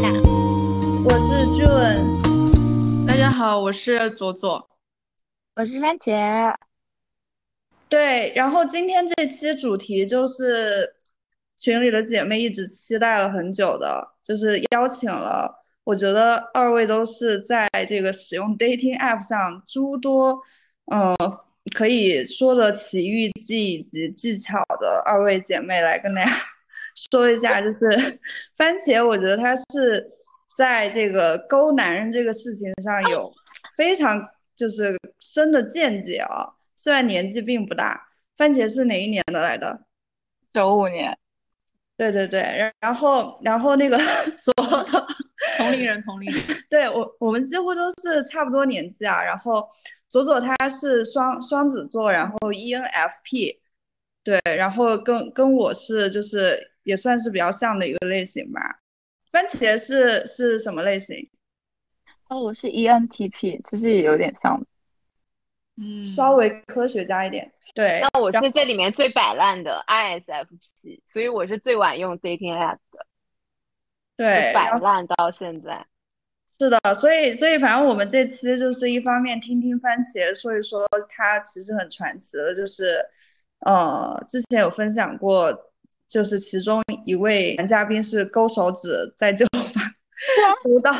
卡。 我是 June。 大家好，我是左左。 我是番茄。 对，然后今天这期主题就是群里的姐妹一直期待了很久的，就是邀请了，我觉得二位都是在这个使用 dating app 上诸多，可以说的奇遇记以及技巧的二位姐妹来跟大家说一下，就是番茄，我觉得她是在这个勾男人这个事情上有非常就是深的见解啊，虽然年纪并不大。番茄是哪一年的来的？ 95年。 对对对，然后那个左左， 同龄人，同龄人。 对我们几乎都是差不多年纪啊。然后左左他是双子座，然后 ENFP，对，然后跟我是就是也算是比较像的一个类型吧。番茄是什么类型？ 哦，我是 ENTP，其实也有点像。 稍微科学家一点，对。 那我是这里面最摆烂的 ISFP，所以我是最晚用 dating app 的，就对， 摆烂到现在。 是的，所以反正我们这期就是一方面听听番茄说一说他其实很传奇的，就是之前有分享过，就是其中一位男嘉宾是勾手指在就读到，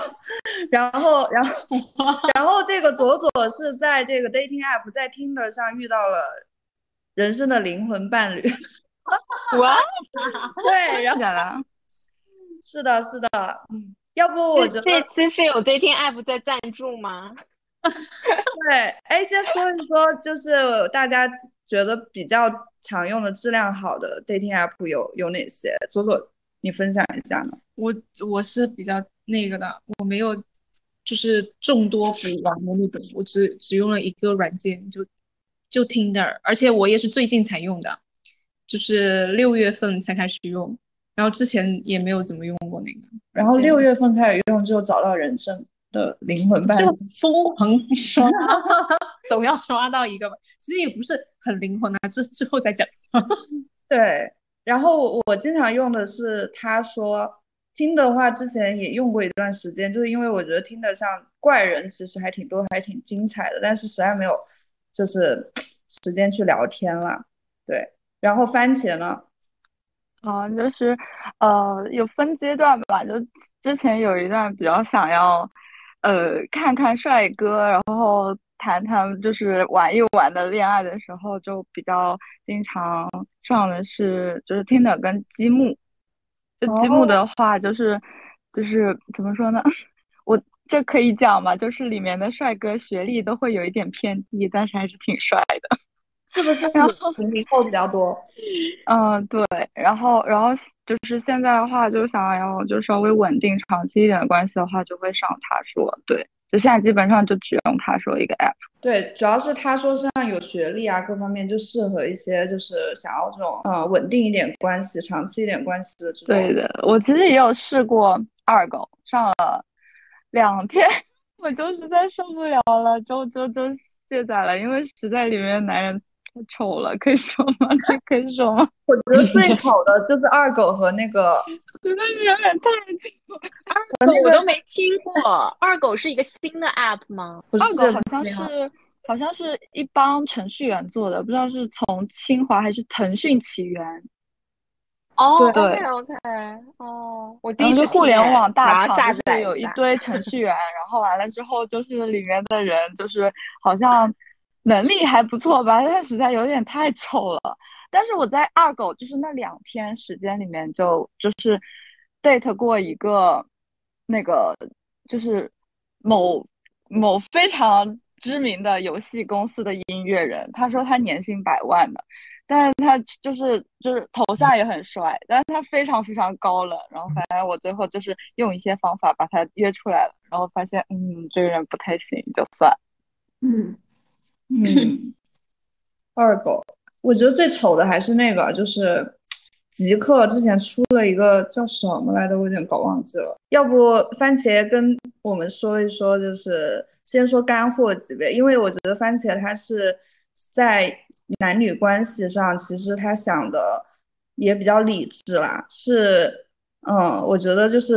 然后这个左左是在这个 dating app 在 Tinder 上遇到了人生的灵魂伴侣， 哇， 对，然后假的。 是的，是的，要不我觉得。 这次是有 dating app 在赞助吗？ 对，哎，先说一说，就是大家觉得比较常用的、质量好的 dating app 有哪些？左左，你分享一下呢？ 我是比较那个的，我没有就是众多补完的那种，我只用了一个软件，就 Tinder，而且我也是最近才用的，就是6月份才开始用，然后之前也没有怎么用过那个然后软件， 6月份开始用，就找到人生的灵魂伴就侣。 疯狂刷，总要刷到一个吧。其实也不是很灵魂啊，这之后再讲。 对，然后我经常用的是他说听的话，之前也用过一段时间，就是因为我觉得听得上怪人其实还挺多，还挺精彩的，但是实在没有就是时间去聊天了。对，然后番茄呢？ 就是有分阶段吧，就之前有一段比较想要看看帅哥，然后谈谈就是玩一玩的恋爱的时候，就比较经常上的是就是听的跟积木。就积木哦， 的话，就是怎么说呢？我这可以讲嘛，就是里面的帅哥学历都会有一点偏低，但是还是挺帅的。 是不是然后 0零后比较多？ 对，然后就是现在的话，就想要就稍微稳定长期一点的关系的话，就会上他说。对，就现在基本上就只用他说一个 app。 对，主要是他说上有学历啊，各方面就适合一些就是想要这种稳定一点关系、长期一点关系的这种。 对的，我其实也有试过二狗，上了2天，我就实在受不了了，就卸载了，因为实在里面的男人太丑了，可以说吗？这可以说吗？ 我觉得最丑的就是二狗和那个实在是有点太丑了。 狗我都和那个没听过，二狗是一个新的 app 吗？ 不二狗是好像是一帮程序员做的，不知道是从清华还是腾讯起源。 哦对， ，OK 对， OK，哦，我第然后就一次听， 互联哎， 网大厂，就马上下是有一载一下。 堆程序员，然后完了之后，就是里面的人就是好像能力还不错吧，但实在有点太丑了。但是我在二狗就是那2天时间里面就是 date 过一个那个就是某非常知名的游戏公司的音乐人，他说他年薪100万的。但是他就是头像也很帅，但是他非常非常高冷。然后反正我最后就是用一些方法把他约出来了，然后发现这个人不太行，就算了。 嗯， 嗯，二狗，我觉得最丑的还是那个，就是极客之前出了一个叫什么来着，我有点搞忘记了。要不番茄跟我们说一说，就是先说干货级别，因为我觉得番茄他是在男女关系上，其实他想的也比较理智啦，是我觉得就是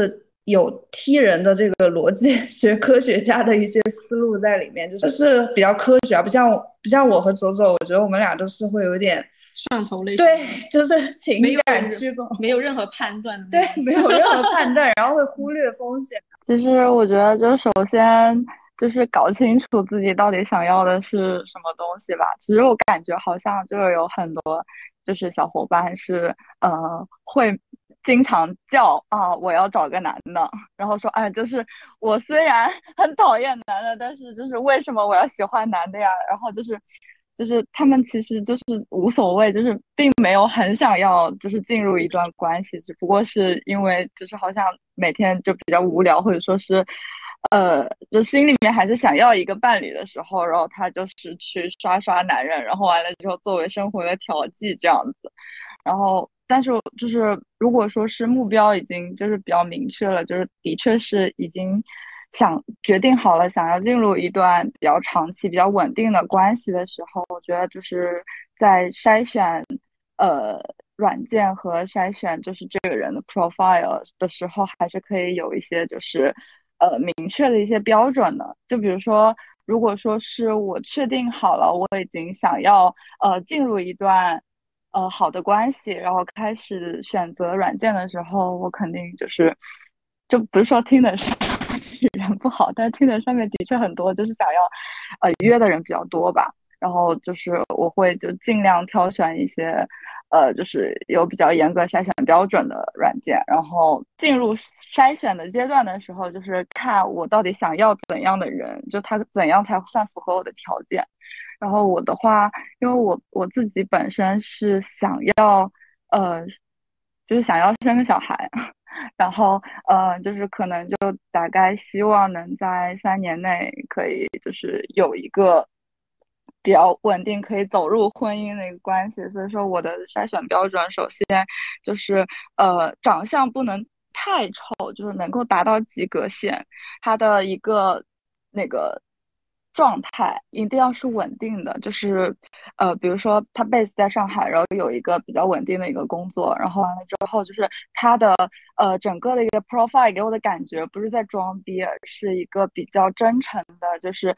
有踢人的这个逻辑学科学家的一些思路在里面，就是比较科学啊，不像我和走走，我觉得我们俩都是会有点上头类型， 对，就是情感驱动， 没有任何判断， 对，没有任何判断，然后会忽略风险。 其实我觉得，就首先就是搞清楚自己到底想要的是什么东西吧。其实我感觉好像就是有很多就是小伙伴是会经常叫啊我要找个男的，然后说哎就是我虽然很讨厌男的，但是就是为什么我要喜欢男的呀？然后就是他们其实就是无所谓，就是并没有很想要就是进入一段关系，只不过是因为就是好像每天就比较无聊，或者说是就心里面还是想要一个伴侣的时候，然后他就是去刷刷男人，然后完了之后作为生活的调剂这样子。然后但是就是如果说是目标已经就是比较明确了，就是的确是已经决定好了想要进入一段比较长期、比较稳定的关系的时候，我觉得就是在筛选呃软件和筛选就是这个人的 profile 的时候，还是可以有一些就是明确的一些标准的。就比如说，如果说是我确定好了，我已经想要进入一段好的关系，然后开始选择软件的时候，我肯定就不是说听的上人不好，但是听的上面的确很多就是想要约的人比较多吧。然后就是我会就尽量挑选一些就是有比较严格筛选标准的软件，然后进入筛选的阶段的时候，就是看我到底想要怎样的人，就他怎样才算符合我的条件。然后我的话，因为我自己本身是想要就是想要生个小孩，然后就是可能就大概希望能在3年内可以就是有一个比较稳定可以走入婚姻的一个关系。所以说我的筛选标准首先就是长相不能太丑，就是能够达到及格线，他的一个那个状态一定要是稳定的，就是比如说他 base 在上海，然后有一个比较稳定的一个工作，然后完了之后就是他的整个的一个 profile 给我的感觉不是在装逼，而是一个比较真诚的，就是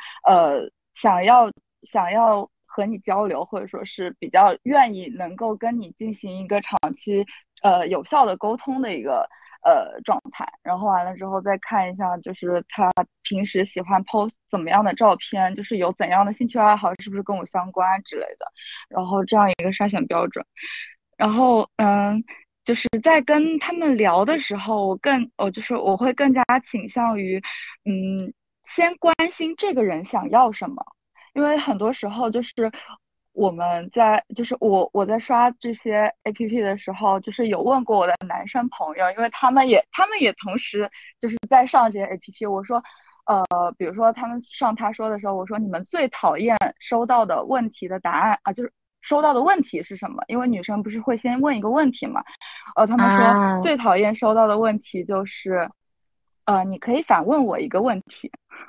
想要和你交流，或者说是比较愿意能够跟你进行一个长期有效的沟通的一个状态。然后完了之后再看一下，就是他平时喜欢 post 怎么样的照片，就是有怎样的兴趣爱好，是不是跟我相关之类的。然后这样一个筛选标准。然后就是在跟他们聊的时候，我会更加倾向于先关心这个人想要什么。因为很多时候就是我在刷这些 APP 的时候，就是有问过我的男生朋友，因为他们也同时就是在上这些 APP。我说，比如说他们上他说的时候，我说你们最讨厌收到的问题的答案啊，就是收到的问题是什么？因为女生不是会先问一个问题嘛，他们说最讨厌收到的问题就是，你可以反问我一个问题。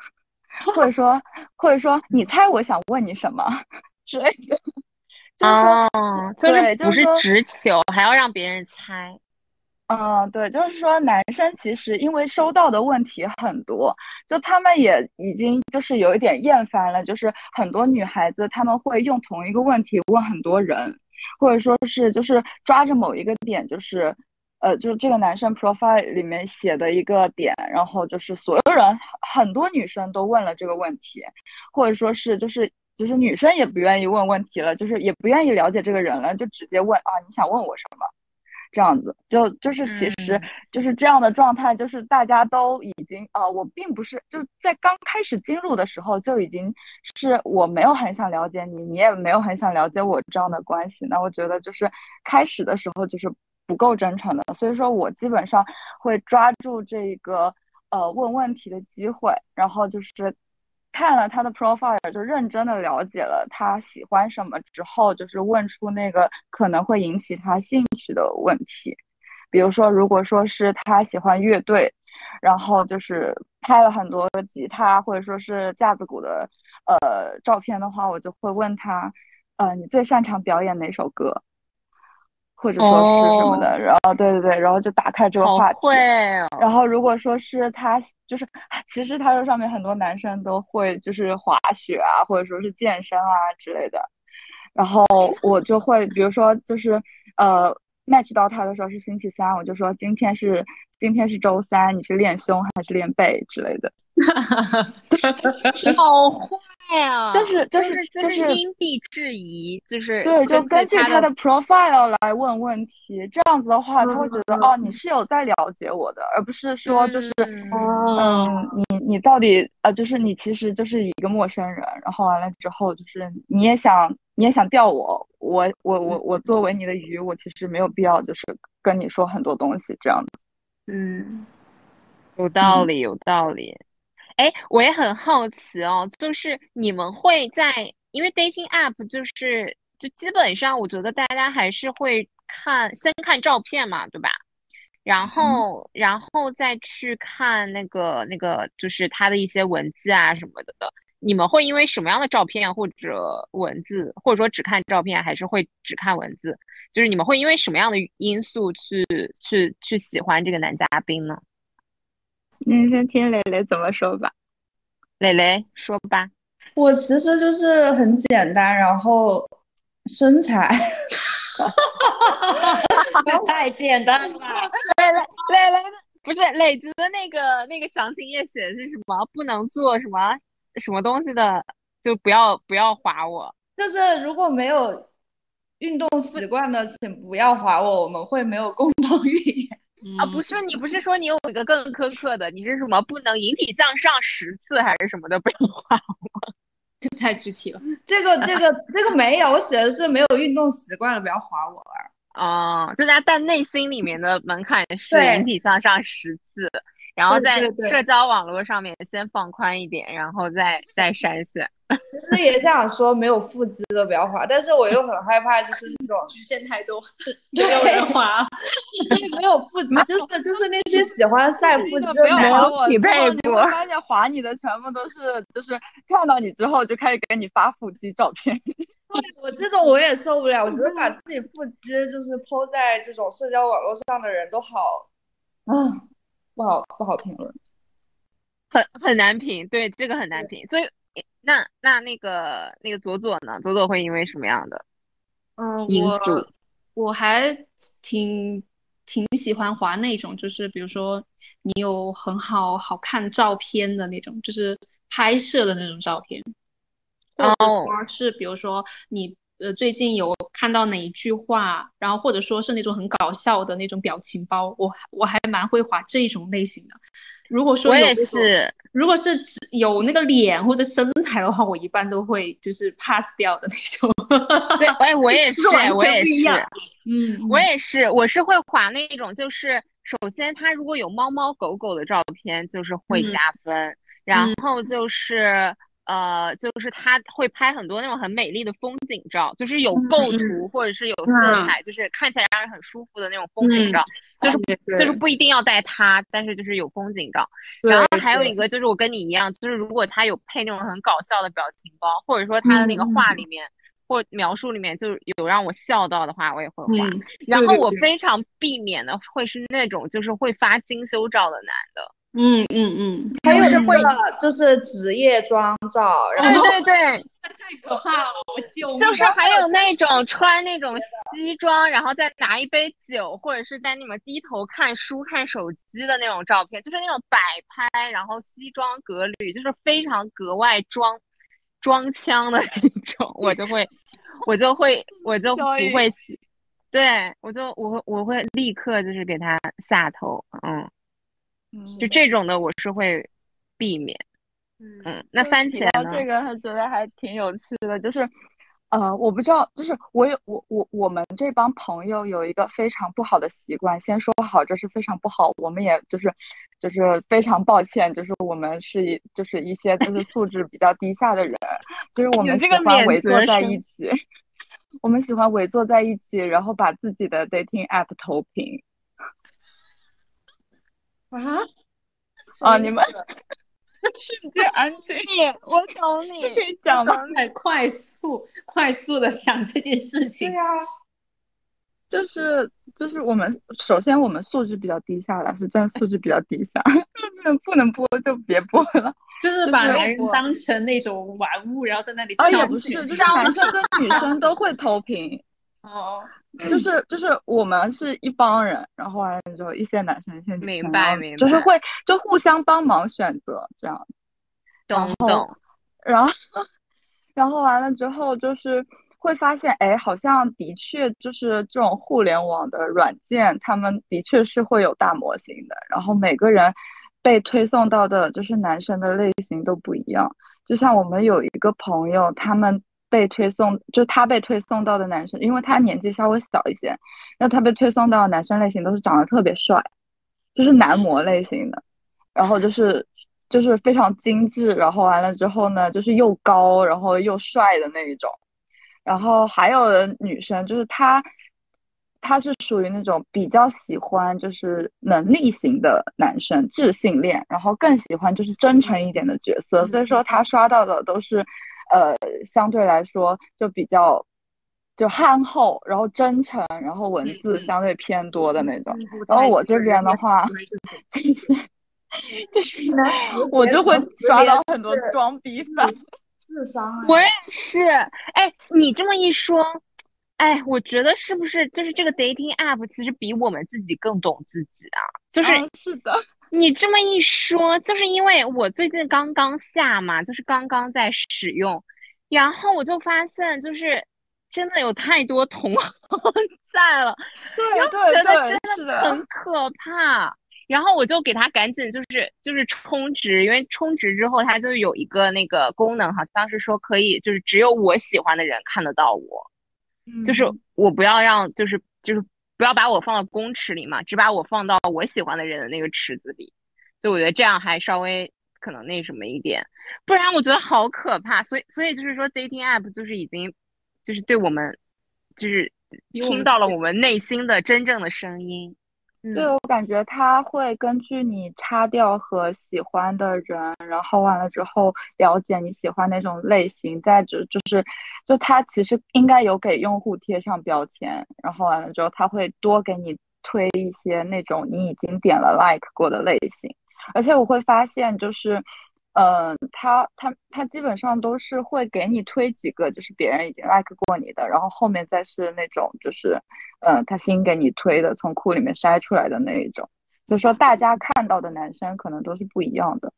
或者说你猜我想问你什么之类的，就是说， 就是对，就不是是说， 直球，还要让别人猜。 对，就是说，男生其实因为收到的问题很多，就他们也已经就是有一点厌烦了，就是很多女孩子他们会用同一个问题问很多人，或者说是就是抓着某一个点，就是这个男生 profile 里面写的一个点，然后就是所有人很多女生都问了这个问题，或者说是就是女生也不愿意问问题了，就是也不愿意了解这个人了，就直接问啊，你想问我什么？这样子，就是其实就是这样的状态，就是大家都已经我并不是就是在刚开始进入的时候就已经是我没有很想了解你，你也没有很想了解我这样的关系。那我觉得就是开始的时候就是不够真诚的，所以说我基本上会抓住这个问问题的机会，然后就是看了他的 profile，就认真的了解了他喜欢什么之后，就是问出那个可能会引起他兴趣的问题。比如说，如果说是他喜欢乐队，然后就是拍了很多吉他或者说是架子鼓的照片的话，我就会问他，你最擅长表演哪首歌？ 或者说是什么的，然后对对对，然后就打开这个好话题。 会哦。 然后如果说是他就是其实他说上面很多男生都会就是滑雪啊，或者说是健身啊之类的。然后我就会比如说就是match 到他的时候是星期三，我就说今天是周三，你是练胸还是练背之类的。 好坏啊！ 就是因地制宜，就是对，就根据他的他的 profile 来问问题，这样子的话，他会觉得哦，你嗯是有在了解我的，而不是说就是哦， 你到底就是你其实就是一个陌生人，然后完了之后就是你也想钓我作为你的鱼，我其实没有必要就是跟你说很多东西这样子。 嗯，有道嗯。 理，有道理。哎，我也很好奇哦，就是你们会在，因为 dating app 就基本上，我觉得大家还是会先看照片嘛，对吧？然后再去看那个，就是他的一些文字啊什么的。你们会因为什么样的照片或者文字，或者说只看照片，还是会只看文字？就是你们会因为什么样的因素去喜欢这个男嘉宾呢？ 你先听蕾蕾怎么说吧。 蕾蕾说吧。 我其实就是很简单，然后身材， 太简单了。 磊的不是磊子的那个详情页写的是什么？不能做什么东西的，就不要划我。 就是如果没有运动习惯的，请不要划我，我们会没有共同语言。 啊！不是你不是说你有一个更苛刻的，你是什么不能引体向上10次还是什么的？不要划太具体了。 这个没有，我写的是没有运动习惯了，不要划我了。 哦，就但内心里面的门槛是对引体向上10次，然后在对对对， 社交网络上面先放宽一点，然后再筛选。 其实也想说没有腹肌的不要划，但是我又很害怕，就是那种局限太多， 没有人划，没有腹肌，就是那些喜欢晒腹肌不要男划我， 匹之后配过你会发现划你的全部都是就是看到你之后就开始给你发腹肌照片。 我这种我也受不了，我觉得把自己腹肌就是 po 在这种社交网络上的人都好，不好评论。 很难评，对，这个很难评。所以那个左左呢？左左会因为什么样的嗯， 因素？ 我还挺喜欢滑那种，就是比如说你有很好看照片的那种，就是拍摄的那种照片，或者说是比如说你最近有看到哪一句话，然后或者说是那种很搞笑的那种表情包，我还蛮会滑这种类型的。如果说我也有那种是， 如果是只有那个脸或者身材的话，我一般都会就是 pass 掉的那种。 对，哎，我也是， 完我也是， 全不一样。 我也是，我是会划那种，就是首先他如果有猫猫狗狗的照片，就是会加分，然后就是他会拍很多那种很美丽的风景照，就是有构图或者是有色彩，就是看起来让人很舒服的那种风景照，就是不一定要带他，但是就是有风景照。然后还有一个就是我跟你一样，就是如果他有配那种很搞笑的表情包，或者说他的那个话里面。或描述里面就有让我笑到的话，我也会画。然后我非常避免的会是那种就是会发精修照的男的。 还有就是会就是职业妆照，然后对， 太可怕了，我救命！ 就是还有那种穿那种西装，然后再拿一杯酒，或者是在那种低头看书、看手机的那种照片，就是那种摆拍，然后西装革履，就是非常格外装腔的那种，我就不会，对我会立刻就是给他下头，就这种的我是会避免。那番茄呢？ 这个还觉得还挺有趣的，就是，我不知道，就是我们这帮朋友有一个非常不好的习惯，先说好这是非常不好，我们也就是非常抱歉，就是我们就是一些就是素质比较低下的人，就是我们喜欢围坐在一起，我们喜欢围坐在一起，然后把自己的 dating app 投屏。你们。瞬间安静， 我懂你， 可以讲吗？ 快速的想这件事情。 对呀， 就是我们首先我们素质比较低下了，是真的素质比较低下，不能播就别播了。 就是把男人当成那种玩物，然后在那里也不是，就是男生跟女生都会投屏。 哦， 就是我们是一帮人，然后完了之后一些男生一些女生， 明白， 就是会就互相帮忙选择这样。 懂。 然后完了之后就是会发现，哎，好像的确就是这种互联网的软件，他们的确是会有大模型的，然后每个人被推送到的就是男生的类型都不一样。就像我们有一个朋友，他被推送到的男生，因为他年纪稍微小一些，然后他被推送到的男生类型都是长得特别帅，就是男模类型的，然后就是非常精致，然后完了之后呢，就是又高然后又帅的那一种。然后还有的女生就是她是属于那种比较喜欢就是能力型的男生，智性恋，然后更喜欢就是真诚一点的角色，所以说她刷到的都是相对来说就比较就憨厚，然后真诚，然后文字相对偏多的那种。然后我这边的话就是我就会刷到很多装逼粉。 智商我也是。哎，你这么一说，哎，我觉得是不是就是这个 dating app 其实比我们自己更懂自己啊？就是是的， 你这么一说，就是因为我最近刚刚下嘛，就是刚刚在使用，然后我就发现就是真的有太多同行在了，然后觉得真的很可怕。然后我就给他赶紧就是充值，因为充值之后它就有一个那个功能，好像是说可以就是只有我喜欢的人看得到我，就是我不要让就是不要把我放到公池里嘛，只把我放到我喜欢的人的那个池子里，所以我觉得这样还稍微可能那什么一点，不然我觉得好可怕。所以就是说 dating app 就是已经就是对我们就是听到了我们内心的真正的声音。 对，我感觉他会根据你插调和喜欢的人，然后完了之后了解你喜欢那种类型，就他其实应该有给用户贴上标签，然后完了之后他会多给你推一些那种你已经点了 like 过的类型，而且我会发现就是。他基本上都是会给你推几个，就是别人已经 like 过你的，然后后面再是那种就是，他新给你推的，从库里面筛出来的那一种。所以说，大家看到的男生可能都是不一样的。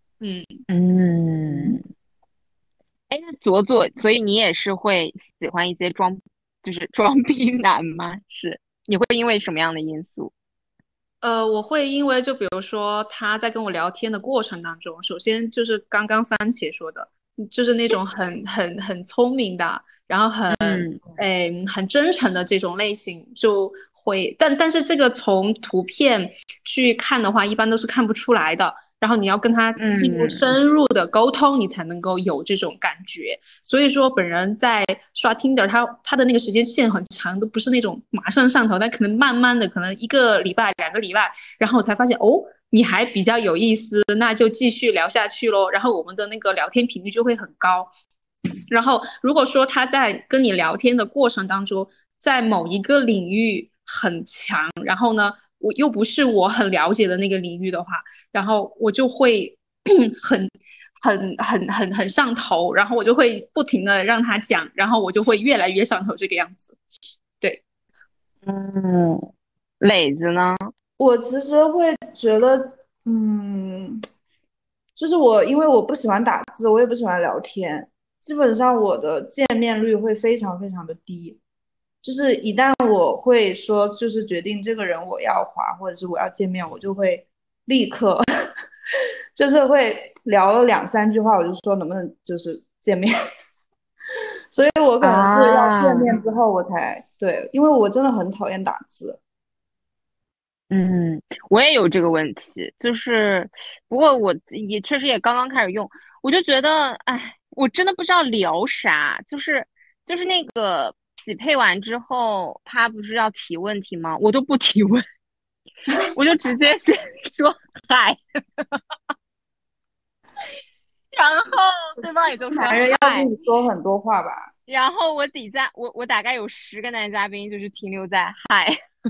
哎，那左，所以你也是会喜欢一些就是装逼男吗？是，你会因为什么样的因素？ 我会因为就比如说他在跟我聊天的过程当中，首先就是刚刚番茄说的，就是那种很聪明的，然后很真诚的这种类型，就会，但是这个从图片去看的话，一般都是看不出来的。然后你要跟他进入深入的沟通，你才能够有这种感觉。所以说，本人在刷 Tinder，他的那个时间线很长，都不是那种马上上头，但可能慢慢的，可能1个礼拜、2个礼拜，然后我才发现哦，你还比较有意思，那就继续聊下去咯。然后我们的那个聊天频率就会很高。然后如果说他在跟你聊天的过程当中，在某一个领域很强，然后呢，我又不是我很了解的那个领域的话，然后我就会很上头，然后我就会不停的让他讲，然后我就会越来越上头这个样子。对， 磊子呢？ 我其实会觉得，就是因为我不喜欢打字，我也不喜欢聊天，基本上我的见面率会非常非常的低。就是一旦我会说，就是决定这个人我要滑，或者是我要见面，我就会立刻就是会聊了2、3句话，我就说能不能就是见面。所以我可能是要见面之后我才对，因为我真的很讨厌打字。 我也有这个问题，就是不过我也确实也刚刚开始用，我就觉得，哎，我真的不知道聊啥，就是那个匹配完之后，他不是要提问题吗？我都不提问，我就直接先说嗨，然后对方也就说男人要跟你说很多话吧？ 然后我大概有10个男嘉宾就是停留在嗨。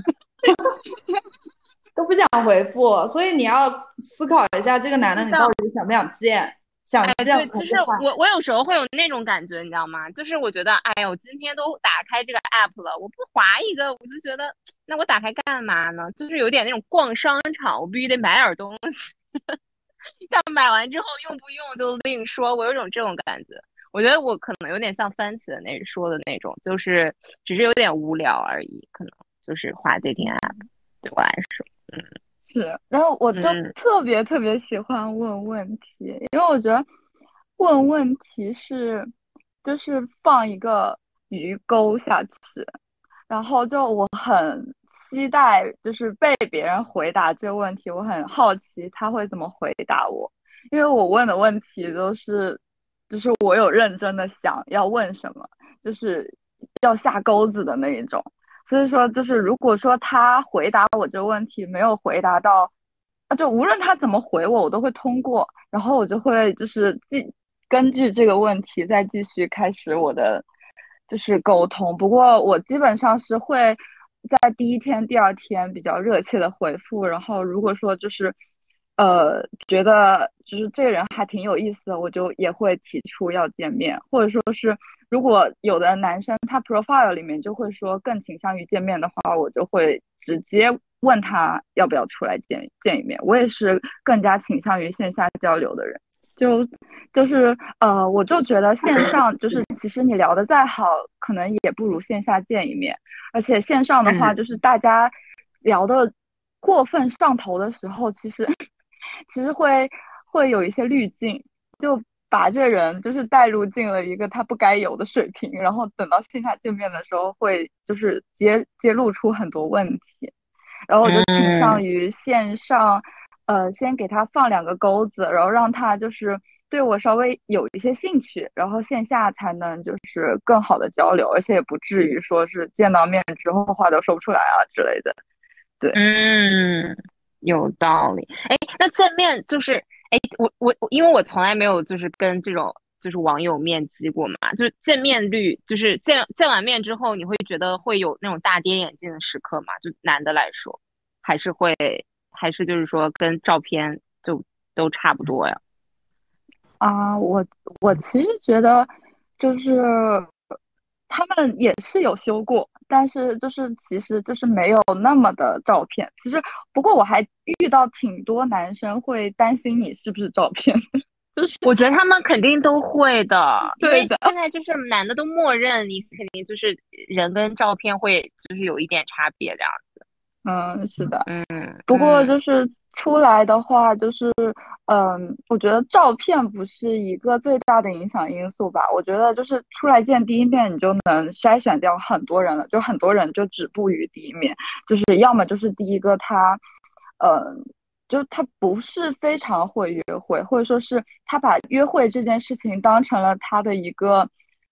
都不想回复，所以你要思考一下这个男的你到是的， 底想不想见，想哎， 见对，就是还是换？ 我有时候会有那种感觉，你知道吗？就是我觉得，哎呦，今天都打开这个 app 了，我不划一个，我就觉得，那我打开干嘛呢？就是有点那种逛商场，我必须得买点东西，但买完之后用不用就另说，我有种这种感觉。我觉得我可能有点像番茄说的那种，就是只是有点无聊而已，可能就是滑 dating app 对我来说。 是，然后我就嗯特别特别喜欢问问题，因为我觉得问问题就是放一个鱼钩下去，然后就我很期待，就是被别人回答这个问题，我很好奇他会怎么回答我，因为我问的问题都是，就是我有认真的想要问什么，就是要下钩子的那一种。所以说，就是如果说他回答我这个问题没有回答到，就无论他怎么回我，我都会通过，然后我就会就是根据这个问题再继续开始我的就是沟通。不过我基本上是会在第一天、第二天比较热切的回复，然后如果说就是觉得就是这个人还挺有意思的，我就也会提出要见面，或者说是如果有的男生他 profile 里面就会说更倾向于见面的话，我就会直接问他要不要出来见一面。我也是更加倾向于线下交流的人。就是我就觉得线上就是其实你聊得再好，可能也不如线下见一面。而且线上的话， 嗯就是大家聊的过分上头的时候，其实会有一些滤镜，就把这人就是带入进了一个他不该有的水平，然后等到线下见面的时候，会就是揭露出很多问题。然后我就倾向嗯于线上，先给他放两个钩子，然后让他就是对我稍微有一些兴趣，然后线下才能就是更好的交流，而且也不至于说是见到面之后话都说不出来啊之类的。对。 嗯，有道理。哎，那见面就是，哎，因为我从来没有就是跟这种就是网友面基过嘛，就是见面率，就是见完面之后，你会觉得会有那种大跌眼镜的时刻嘛？就男的来说，还是会，还是就是说跟照片就都差不多呀？ 啊，我其实觉得，就是他们也是有修过，但是就是其实就是没有那么的照片。其实不过我还遇到挺多男生会担心你是不是照片，就是我觉得他们肯定都会的，因为对的。 现在就是男的都默认你肯定就是人跟照片会就是有一点差别这样。 嗯，是的。 嗯不过嗯就是出来的话，就是我觉得照片不是一个最大的影响因素吧。我觉得就是出来见第一面，你就能筛选掉很多人了，就很多人就止步于第一面，就是要么就是第一个他，嗯、就他不是非常会约会，或者说是他把约会这件事情当成了他的一个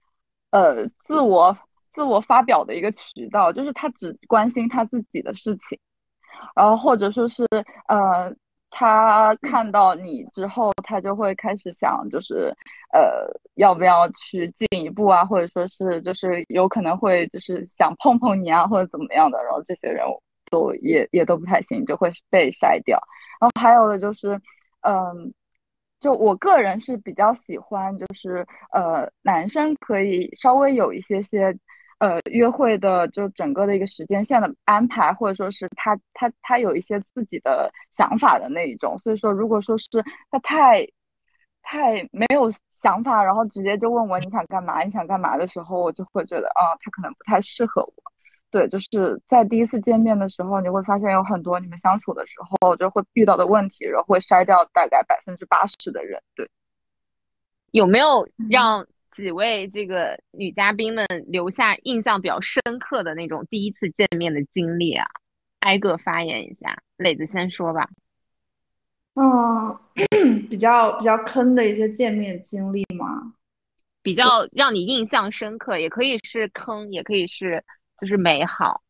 自我发表的一个渠道，就是他只关心他自己的事情。然后或者说是呃，他看到你之后，他就会开始想，就是要不要去进一步啊，或者说是就是有可能会就是想碰碰你啊，或者怎么样的，然后这些人都也都不太行，就会被筛掉。然后还有的就是，嗯。就我个人是比较喜欢，就是男生可以稍微有一些约会的就整个的一个时间线的安排，或者说是他有一些自己的想法的那一种。所以说，如果说是他太没有想法，然后直接就问我你想干嘛，你想干嘛的时候，我就会觉得啊，他可能不太适合我。对，就是在第一次见面的时候，你会发现有很多你们相处的时候就会遇到的问题，然后会筛掉大概80%的人。对。 有没有嗯。 让几位这个女嘉宾们留下印象比较深刻的那种第一次见面的经历啊？挨个发言一下，磊子先说吧。 嗯，比较坑的一些见面经历嘛。 比较让你印象深刻，也可以是坑，也可以是就是美好。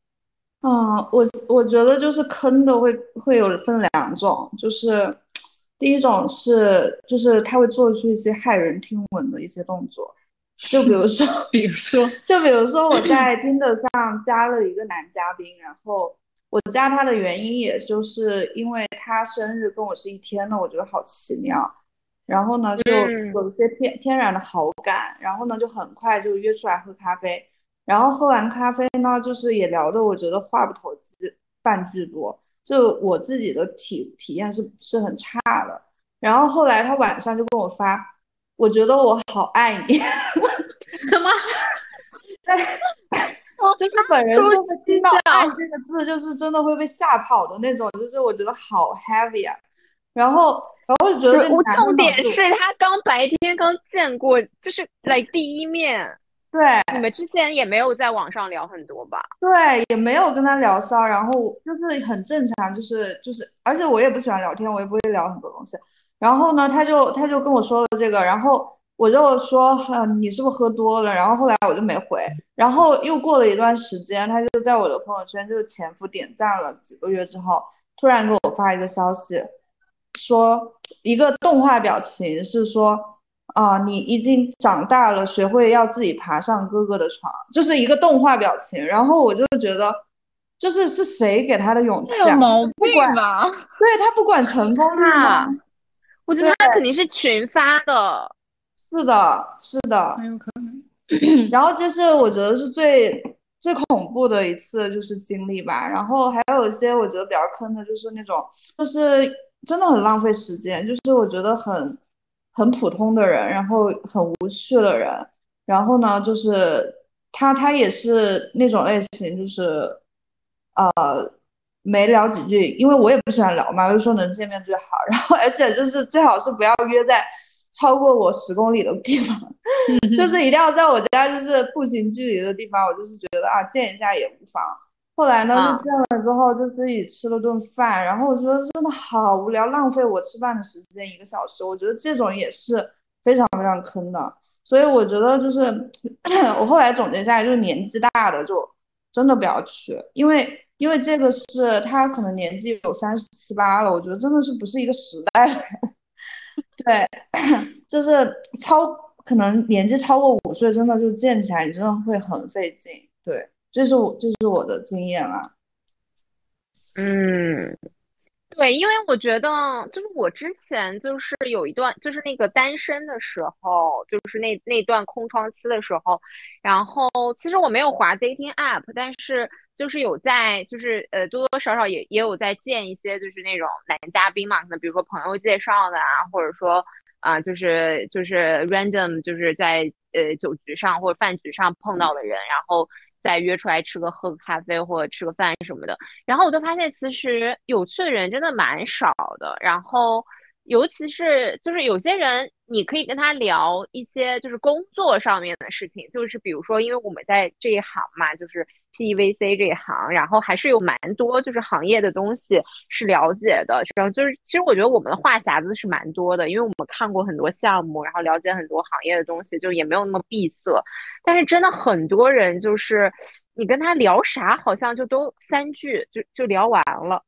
我觉得就是坑的会有分两种，就是第一种是就是他会做出一些骇人听闻的一些动作， 就比如说， 比如说， 就比如说我在 Tinder 上加了一个男嘉宾，然后我加他的原因也就是因为他生日跟我是一天的，我觉得好奇妙。然后呢，就有一些天然的好感，然后呢，就很快就约出来喝咖啡。然后喝完咖啡呢，就是也聊的，我觉得话不投机半句多，就我自己的体验是很差的。然后后来他晚上就跟我发，我觉得我好爱你。 什么？ 就是本人是会听到"爱"这个字，就是真的会被吓跑的那种，就是我觉得好 heavy 啊。然后我就觉得这我男的重点脑子是他白天刚见过，就是来第一面。 对， 你们之前也没有在网上聊很多吧？ 对，也没有跟他聊骚，然后就是很正常，就是，而且我也不喜欢聊天，我也不会聊很多东西。然后呢，他就跟我说了这个，然后我就说，你是不是喝多了？然后后来我就没回。然后又过了一段时间，他就在我的朋友圈，就是前夫点赞了几个月之后，突然给我发一个消息，说一个动画表情是说。你已经长大了，学会要自己爬上哥哥的床，就是一个动画表情。然后我就觉得，是谁给他的勇气啊？ 有毛不管， 病吧？ 对，他不管成功率吗？ 我觉得他肯定是群发的。 是的，是的， 很有可能。 然后这是我觉得是最恐怖的一次就是经历吧。然后还有一些我觉得比较坑的，就是那种就是真的很浪费时间，就是我觉得很普通的人，然后很无趣的人。然后呢，就是他也是那种类型，就是没聊几句，因为我也不喜欢聊嘛，我就说能见面最好。然后而且就是最好是不要约在超过我10公里的地方，就是一定要在我家就是步行距离的地方。我就是觉得见一下也无妨。后来呢，就见了之后就是一起吃了顿饭，然后我觉得真的好无聊，浪费我吃饭的时间1个小时。我觉得这种也是非常非常坑的。所以我觉得就是我后来总结下来，就是年纪大的就真的不要去，因为这个是他可能年纪有37、8了，我觉得真的是不是一个时代的人。对，就是可能年纪超过5岁，真的就见起来你真的会很费劲。对，这是我的经验啊。 对，因为我觉得就是我之前就是有一段就是那个单身的时候，就是那段空窗期的时候，然后其实我没有滑 dating app，但是就是有在就是多多少少也有在见一些就是那种男嘉宾嘛，可能比如说朋友介绍的啊，或者说就是 random 就是在酒局上或者饭局上碰到的人，然后再约出来喝个咖啡或者吃个饭什么的。然后我就发现，其实有趣的人真的蛮少的。然后，尤其是就是有些人，你可以跟他聊一些就是工作上面的事情，就是比如说，因为我们在这一行嘛，就是 PVC 这一行，然后还是有蛮多就是行业的东西是了解的。然后就是，其实我觉得我们的话匣子是蛮多的，因为我们看过很多项目，然后了解很多行业的东西，就也没有那么闭塞。但是真的很多人就是你跟他聊啥，好像就都3句就聊完了，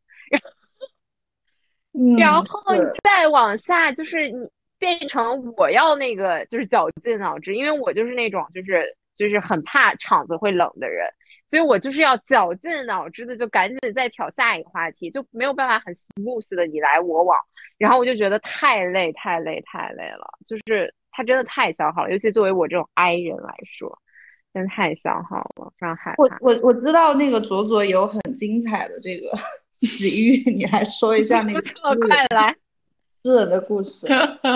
然后你再往下就是你变成我要那个就是绞尽脑汁，因为我就是那种就是很怕场子会冷的人，所以我就是要绞尽脑汁的就赶紧再挑下一个话题，就没有办法很 smooth 的你来我往，然后我就觉得太累了，就是它真的太消耗了，尤其作为我这种 I 人来说。真的太消耗了，非常害怕。 我知道那个左有很精彩的这个奇遇，你来说一下那个快来诗人的故事。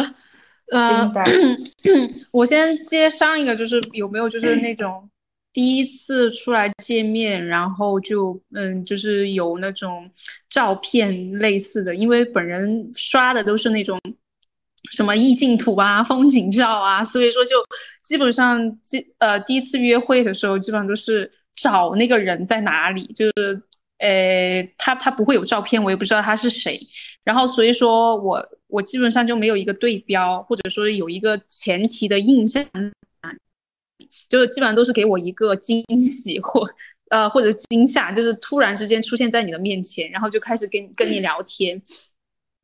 我先接上一个，就是有没有就是那种第一次出来见面，然后就是有那种照片类似的，因为本人刷的都是那种什么意境图啊、风景照啊，所以说就基本上第一次约会的时候，基本上都是找那个人在哪里，就是他不会有照片，我也不知道他是谁，然后所以说我基本上就没有一个对标，或者说有一个前提的印象，就是基本上都是给我一个惊喜或者惊吓，就是突然之间出现在你的面前，然后就开始跟你聊天。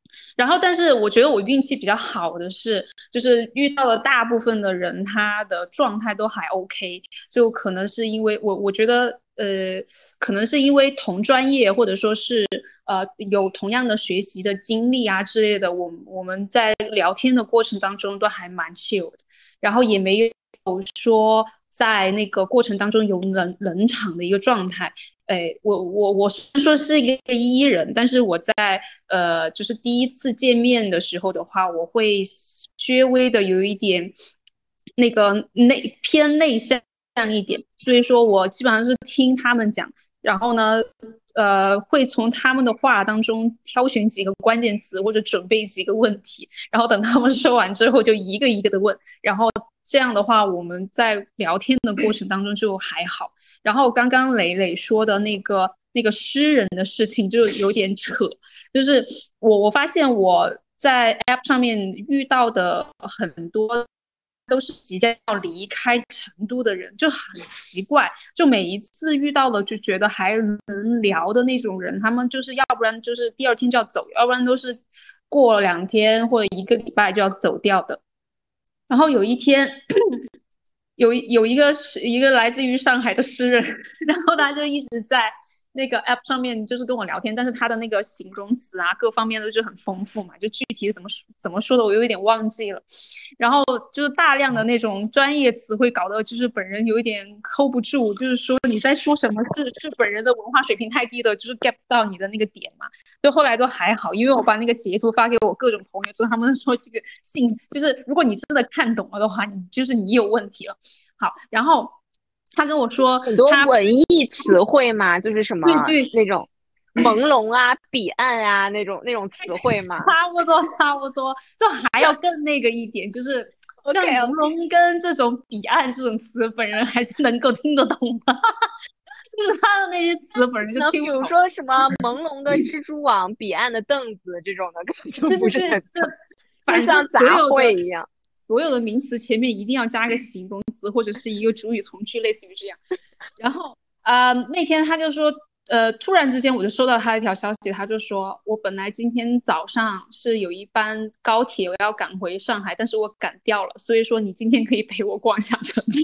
然后，但是我觉得我运气比较好的是，就是遇到的大部分的人，他的状态都还 OK，就可能是因为我觉得，可能是因为同专业或者说是有同样的学习的经历啊之类的，我们在聊天的过程当中都还蛮 chill 的，然后也没有说在那个过程当中有冷场的一个状态。我虽然说是一个E人，但是我在就是第一次见面的时候的话，我会稍微的有一点那个偏内向一点，所以说我基本上是听他们讲，然后呢，会从他们的话当中挑选几个关键词或者准备几个问题，然后等他们说完之后就一个一个的问，然后这样的话我们在聊天的过程当中就还好。然后刚刚磊磊说的那个诗人的事情就有点扯，就是我发现我在 App 上面遇到的很多都是即将要离开成都的人，就很奇怪，就每一次遇到了就觉得还能聊的那种人，他们就是要不然就是第二天就要走，要不然都是过了2天或者1个礼拜就要走掉的。然后有一天有一个来自于上海的诗人，然后他就一直在那个 app 上面就是跟我聊天，但是他的那个形容词啊各方面都是很丰富嘛，就具体怎么说的我有一点忘记了，然后就是大量的那种专业词汇搞得就是本人有一点 hold 不住，就是说你在说什么，是本人的文化水平太低的，就是 get 不到你的那个点嘛。就后来都还好，因为我把那个截图发给我各种朋友之后，他们说这个就是如果你真的看懂了的话，你有问题了。好，然后他跟我说很多文艺词汇嘛，就是什么对那种朦胧啊、彼岸啊那种词汇嘛， 差不多，就还要更那个一点，就是像朦胧跟这种彼岸这种词，本人还是能够听得懂的。就是他的那些词本人就听不懂， 比如说什么朦胧的蜘蛛网、彼岸的凳子这种的，根本就不是很懂，就像杂烩一样。 所有的名词前面一定要加个形容词或者是一个主语从句，类似于这样。然后那天他就说突然之间我就收到他一条消息，他就说我本来今天早上是有一班高铁我要赶回上海，但是我赶掉了，所以说你今天可以陪我逛一下成都。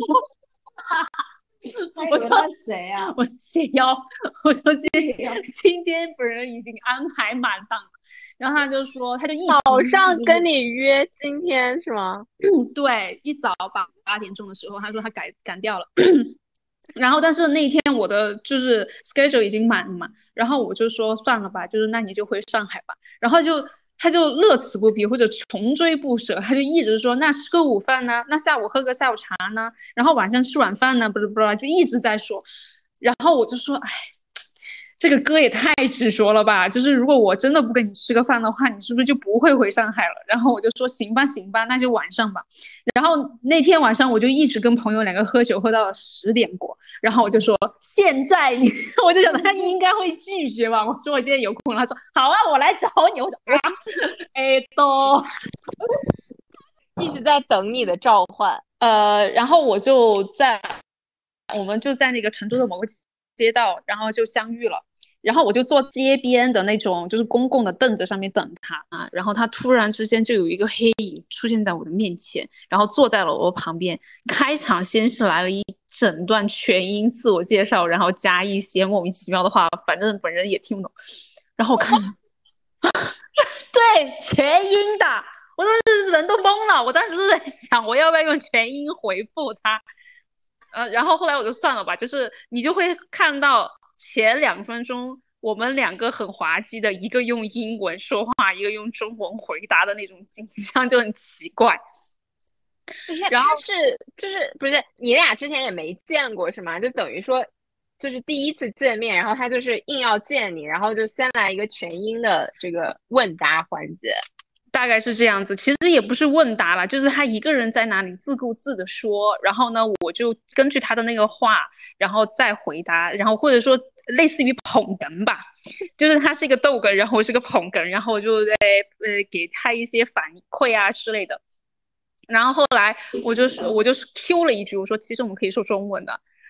我说谁啊？ 我谢邀，我说今天本人已经安排满档，然后他就说他就早上跟你约今天是吗？ 对，一早8点钟的时候，他说他赶掉了。然后但是那一天我的就是 schedule 已经满了嘛，然后我就说算了吧，就是那你就回上海吧，然后他就乐此不疲或者穷追不舍，他就一直说那吃个午饭呢，那下午喝个下午茶呢，然后晚上吃晚饭呢，不是就一直在说，然后我就说哎，这个歌也太执着了吧，就是如果我真的不跟你吃个饭的话，你是不是就不会回上海了？然后我就说行吧，那就晚上吧。然后那天晚上我就一直跟朋友2个喝酒，喝到了10点过。然后我就说现在我就想他应该会拒绝吧。我说我现在有空了，他说好啊，我来找你。我说啊，都一直在等你的召唤。 然后我们就在那个成都的某个街道，然后就相遇了。然后我就坐街边的那种就是公共的凳子上面等他啊，然后他突然之间就有一个黑影出现在我的面前，然后坐在了我旁边。开场先是来了一整段全英自我介绍，然后加一些莫名其妙的话，反正本人也听不懂。然后我看对，全英的，我当时人都懵了。我当时就在想我要不要用全英回复他。然后后来我就算了吧，就是你就会看到前2分钟我们2个很滑稽的，一个用英文说话，一个用中文回答的那种景象就很奇怪。 然后就是不是你俩之前也没见过是吗？就等于说就是第一次见面，然后他就是硬要见你，然后就先来一个全英的这个问答环节。 大概是这样子，其实也不是问答了，就是他一个人在那里自顾自的说，然后呢我就根据他的那个话然后再回答，然后或者说类似于捧哏吧，就是他是一个逗哏，然后我是个捧哏，然后我就给他一些反馈啊之类的。然后后来我就 Q 了一句，我说其实我们可以说中文的，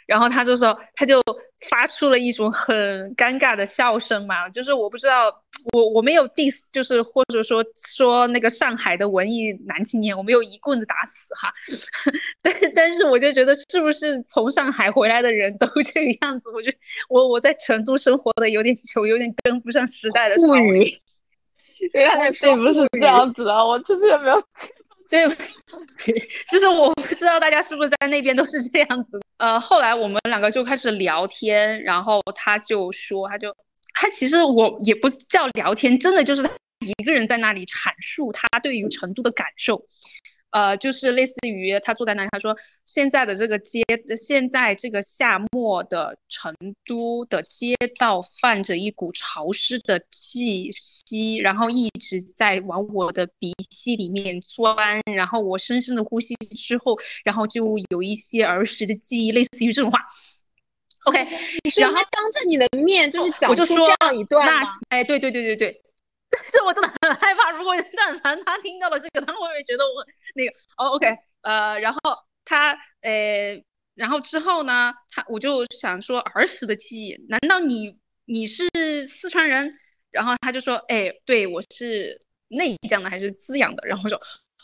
然后他就说，他就发出了一种很尴尬的笑声嘛，就是我不知道，我没有 diss，就是或者说那个上海的文艺男青年，我没有一棍子打死哈，但是我就觉得是不是从上海回来的人都这个样子？我在成都生活的有点久，有点跟不上时代的潮流。 对，他在说并不是这样子的，我其实也没有。 对，就是我不知道大家是不是在那边都是这样子。后来我们两个就开始聊天，然后他就说，他其实我也不叫聊天，真的就是他一个人在那里阐述他对于成都的感受。就是类似于他坐在那里，他说现在这个夏末的成都的街道泛着一股潮湿的气息，然后一直在往我的鼻息里面钻，然后我深深的呼吸之后，然后就有一些儿时的记忆，类似于这种话。OK， 然后当着你的面就是讲出这样一段吗？ 对。但是我真的很害怕，如果但凡他听到了这个，他会不会觉得我那个？OK，然后然后之后呢，我就想说儿时的记忆，难道你是四川人？然后他就说，对，我是内江的还是资阳的？然后我说，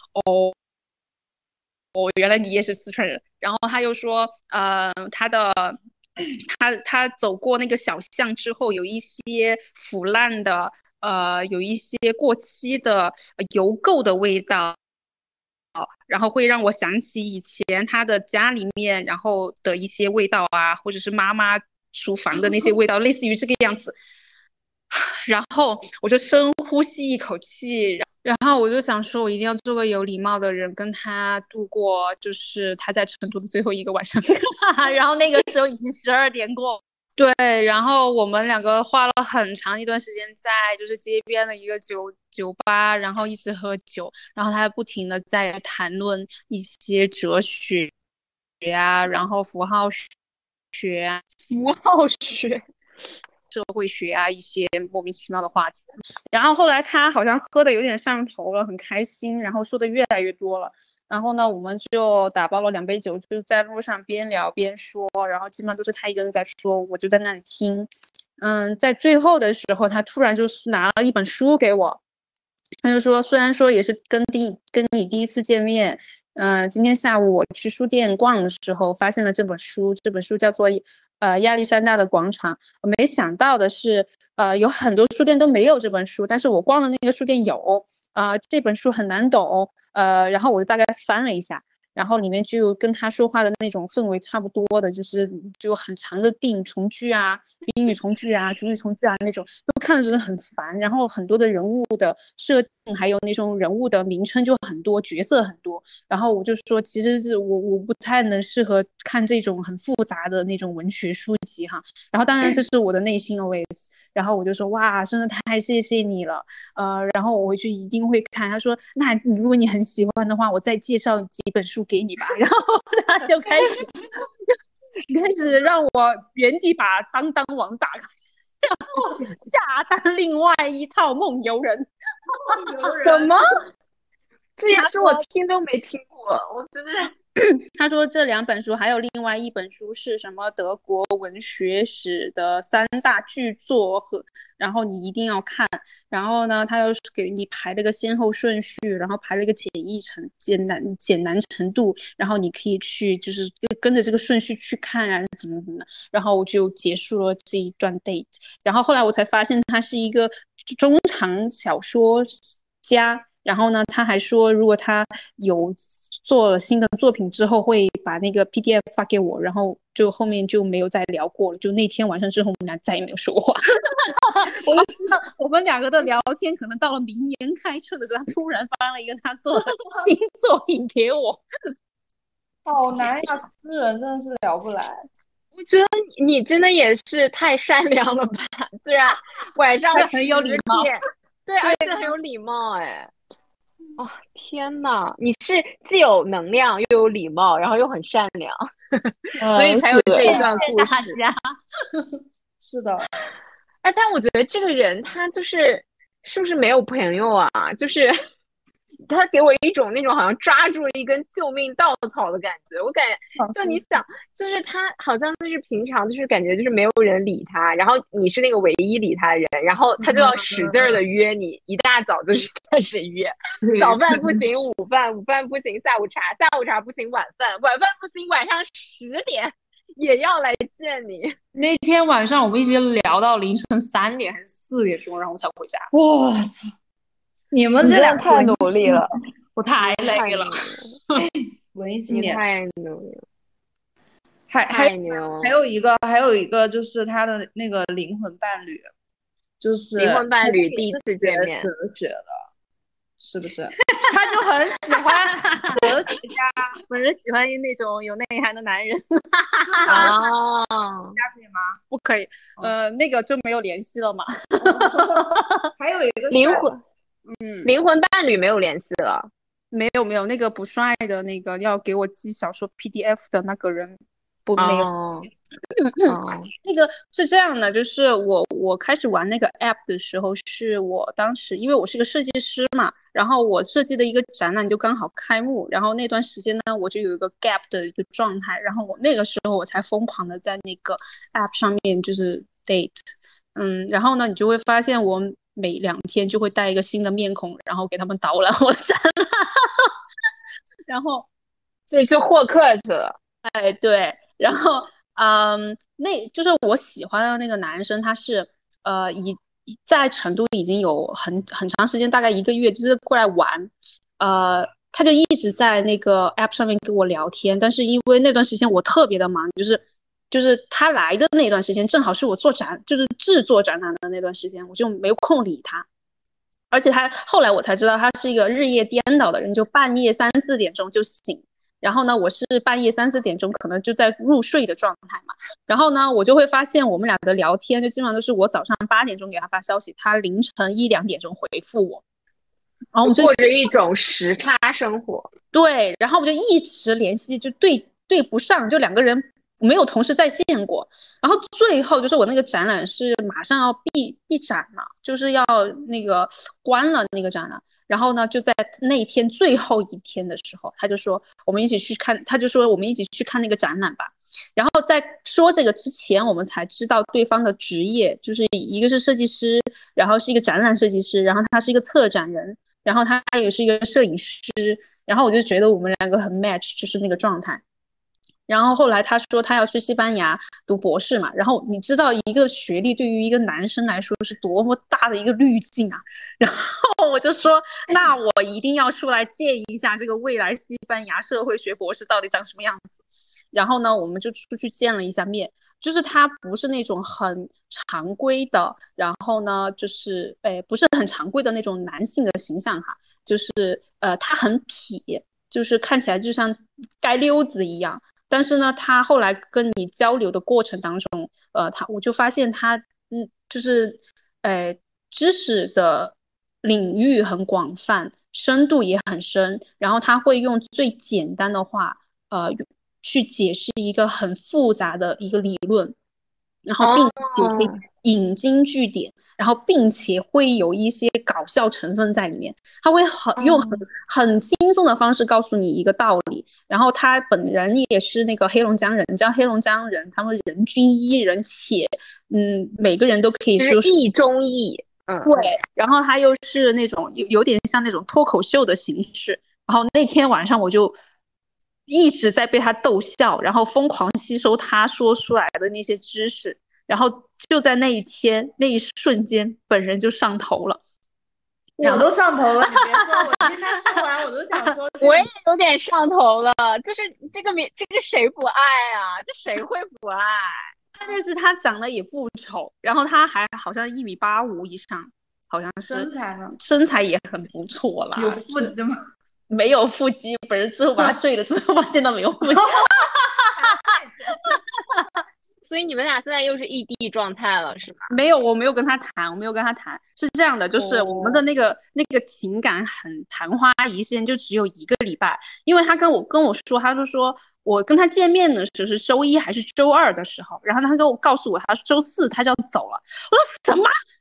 原来你也是四川人。然后他又说，他走过那个小巷之后，有一些腐烂的。有一些过期的油垢的味道，然后会让我想起以前他的家里面，然后的一些味道啊，或者是妈妈厨房的那些味道，类似于这个样子。然后我就深呼吸一口气，然后我就想说，我一定要做个有礼貌的人，跟他度过就是他在成都的最后一个晚上。然后那个时候已经12点过。对，然后我们两个花了很长一段时间在就是街边的一个酒吧，然后一直喝酒，然后他不停的在谈论一些哲学啊，然后符号学啊，社会学啊，一些莫名其妙的话题。然后后来他好像喝的有点上头了，很开心，然后说的越来越多了。然后呢，我们就打包了2杯酒，就在路上边聊边说，然后基本上都是他一个人在说，我就在那里听。在最后的时候，他突然就是拿了一本书给我，他就说，虽然说也是跟你第一次见面，今天下午我去书店逛的时候发现了这本书叫做亚历山大的广场。我没想到的是，有很多书店都没有这本书，但是我逛的那个书店有。这本书很难懂，然后我就大概翻了一下，然后里面就跟他说话的那种氛围差不多的，就很长的定语从句啊、宾语从句啊、主语从句啊那种，都看着真的很烦。然后很多的人物的设定，还有那种人物的名称就很多，角色很多。然后我就说，其实是我不太能适合看这种很复杂的那种文学书籍哈。然后当然这是我的内心 OS。然后我就说，哇，真的太谢谢你了，然后我回去一定会看。他说，那如果你很喜欢的话，我再介绍几本书给你吧。然后他就开始让我原地把当当网打开，然后下单另外一套梦游人。 什么？这也是我听都没听过，我真的。 他说这2本书还有另外一本书是什么德国文学史的3大巨作然后你一定要看。然后呢，他又给你排了个先后顺序，然后排了一个简难程度，然后你可以去就是跟着这个顺序去看啊，怎么的。然后我就结束了这一段 date。然后后来我才发现他是一个中长小说家。然后呢，他还说，如果他有做了新的作品之后，会把那个 PDF 发给我。然后就后面就没有再聊过了。就那天晚上之后，我们俩再也没有说话。我就知道我们2个的聊天可能到了明年开春的时候，他突然发了一个他做的新作品给我。 好难呀，私人真的是聊不来。 我觉得你真的也是太善良了吧！虽然晚上很有礼貌， 对，而且很有礼貌，天哪！你是既有能量又有礼貌，然后又很善良，所以才有这一段故事。 大家是的。 但我觉得这个人他就是是不是没有朋友啊？就是他给我一种那种好像抓住了一根救命稻草的感觉。我感觉就你想，就是他好像就是平常就是感觉就是没有人理他，然后你是那个唯一理他的人，然后他就要使劲的约你，一大早就是开始约，早饭不行，午饭不行，下午茶不行，晚饭不行，晚上10点也要来见你。 那天晚上我们一直聊到凌晨3点还是4点钟，然后才回家。 我操！你们这俩太努力了， 我太累了。 文艺青年太牛了， 还牛！ 还有一个就是他的那个灵魂伴侣，就是灵魂伴侣第一次见面， 哲学的，是不是？他就很喜欢哲学家， 我是喜欢那种有内涵的男人。 哦， 可以吗？ 不可以，那个就没有联系了嘛。 还有一个灵魂伴侣没有联系了。 没有，那个不帅的那个要给我寄小说 PDF 的那个人没有。那个是这样的，就是我开始玩那个 app 的时候，是我当时因为我是个设计师嘛，然后我设计的一个展览就刚好开幕，然后那段时间呢，我就有一个 gap 的一个状态，然后我那个时候我才疯狂的在那个 app 上面就是 date，然后呢，你就会发现我每2天就会带一个新的面孔，然后给他们导览我的展览，然后就是去获客去了。 哎，对，然后那就是我喜欢的那个男生，他是在成都已经有很长时间，大概1个月，就是过来玩，他就一直在那个 app 上面跟我聊天，但是因为那段时间我特别的忙，就是他来的那段时间，正好是我就是制作展览的那段时间，我就没有空理他。而且后来我才知道，他是一个日夜颠倒的人，就半夜3、4点钟就醒。然后呢，我是半夜3、4点钟可能就在入睡的状态嘛。然后呢，我就会发现我们俩的聊天就基本上都是我早上8点钟给他发消息，他凌晨1、2点钟回复我。然后我们就过着一种时差生活。 对，然后我们就一直联系，就对不上，就2个人没有同时在线过。然后最后就是我那个展览是马上要闭展了，就是要那个关了那个展览。然后呢，就在那天最后一天的时候，他就说我们一起去看那个展览吧。然后在说这个之前，我们才知道对方的职业，就是一个是设计师，然后是一个展览设计师，然后他是一个策展人，然后他也是一个摄影师。然后我就觉得我们2个很 match，就是那个状态。然后后来他说他要去西班牙读博士嘛，然后你知道一个学历对于一个男生来说是多么大的一个滤镜啊，然后我就说那我一定要出来见一下这个未来西班牙社会学博士到底长什么样子。然后呢，我们就出去见了一下面，就是他不是那种很常规的，然后呢就是不是很常规的那种男性的形象哈，就是他很痞，就是看起来就像街溜子一样。但是呢，他后来跟你交流的过程当中，我就发现他，就是知识的领域很广泛，深度也很深，然后他会用最简单的话，去解释一个很复杂的一个理论，然后并且引经据典，然后并且会有一些搞笑成分在里面，他会用很轻松的方式告诉你一个道理。然后他本人也是那个黑龙江人，你知道黑龙江人他们人均1人且每个人都可以说是意中意， 对。然后他又是那种有点像那种脱口秀的形式。然后那天晚上我就一直在被他逗笑，然后疯狂吸收他说出来的那些知识。然后就在那一天那一瞬间，本人就上头了。 我都上头了，你别说，我听他说完我都想说， 我也有点上头了。就是这个谁不爱啊？这谁会不爱？ 关键是他长得也不丑，然后他还好像1.85米以上，好像是身材呢？ 身材也很不错啦。 有腹肌吗？ 没有腹肌，本人之后把他睡了之后发现他没有腹肌。 所以你们俩现在又是异地状态了，是吗？ 没有，我没有跟他谈，是这样的，就是我们的那个情感很昙花一现，就只有1个礼拜。因为他跟我说，他就说我跟他见面的时候是周1还是周2的时候，然后他告诉我他周4他就要走了。我说什么？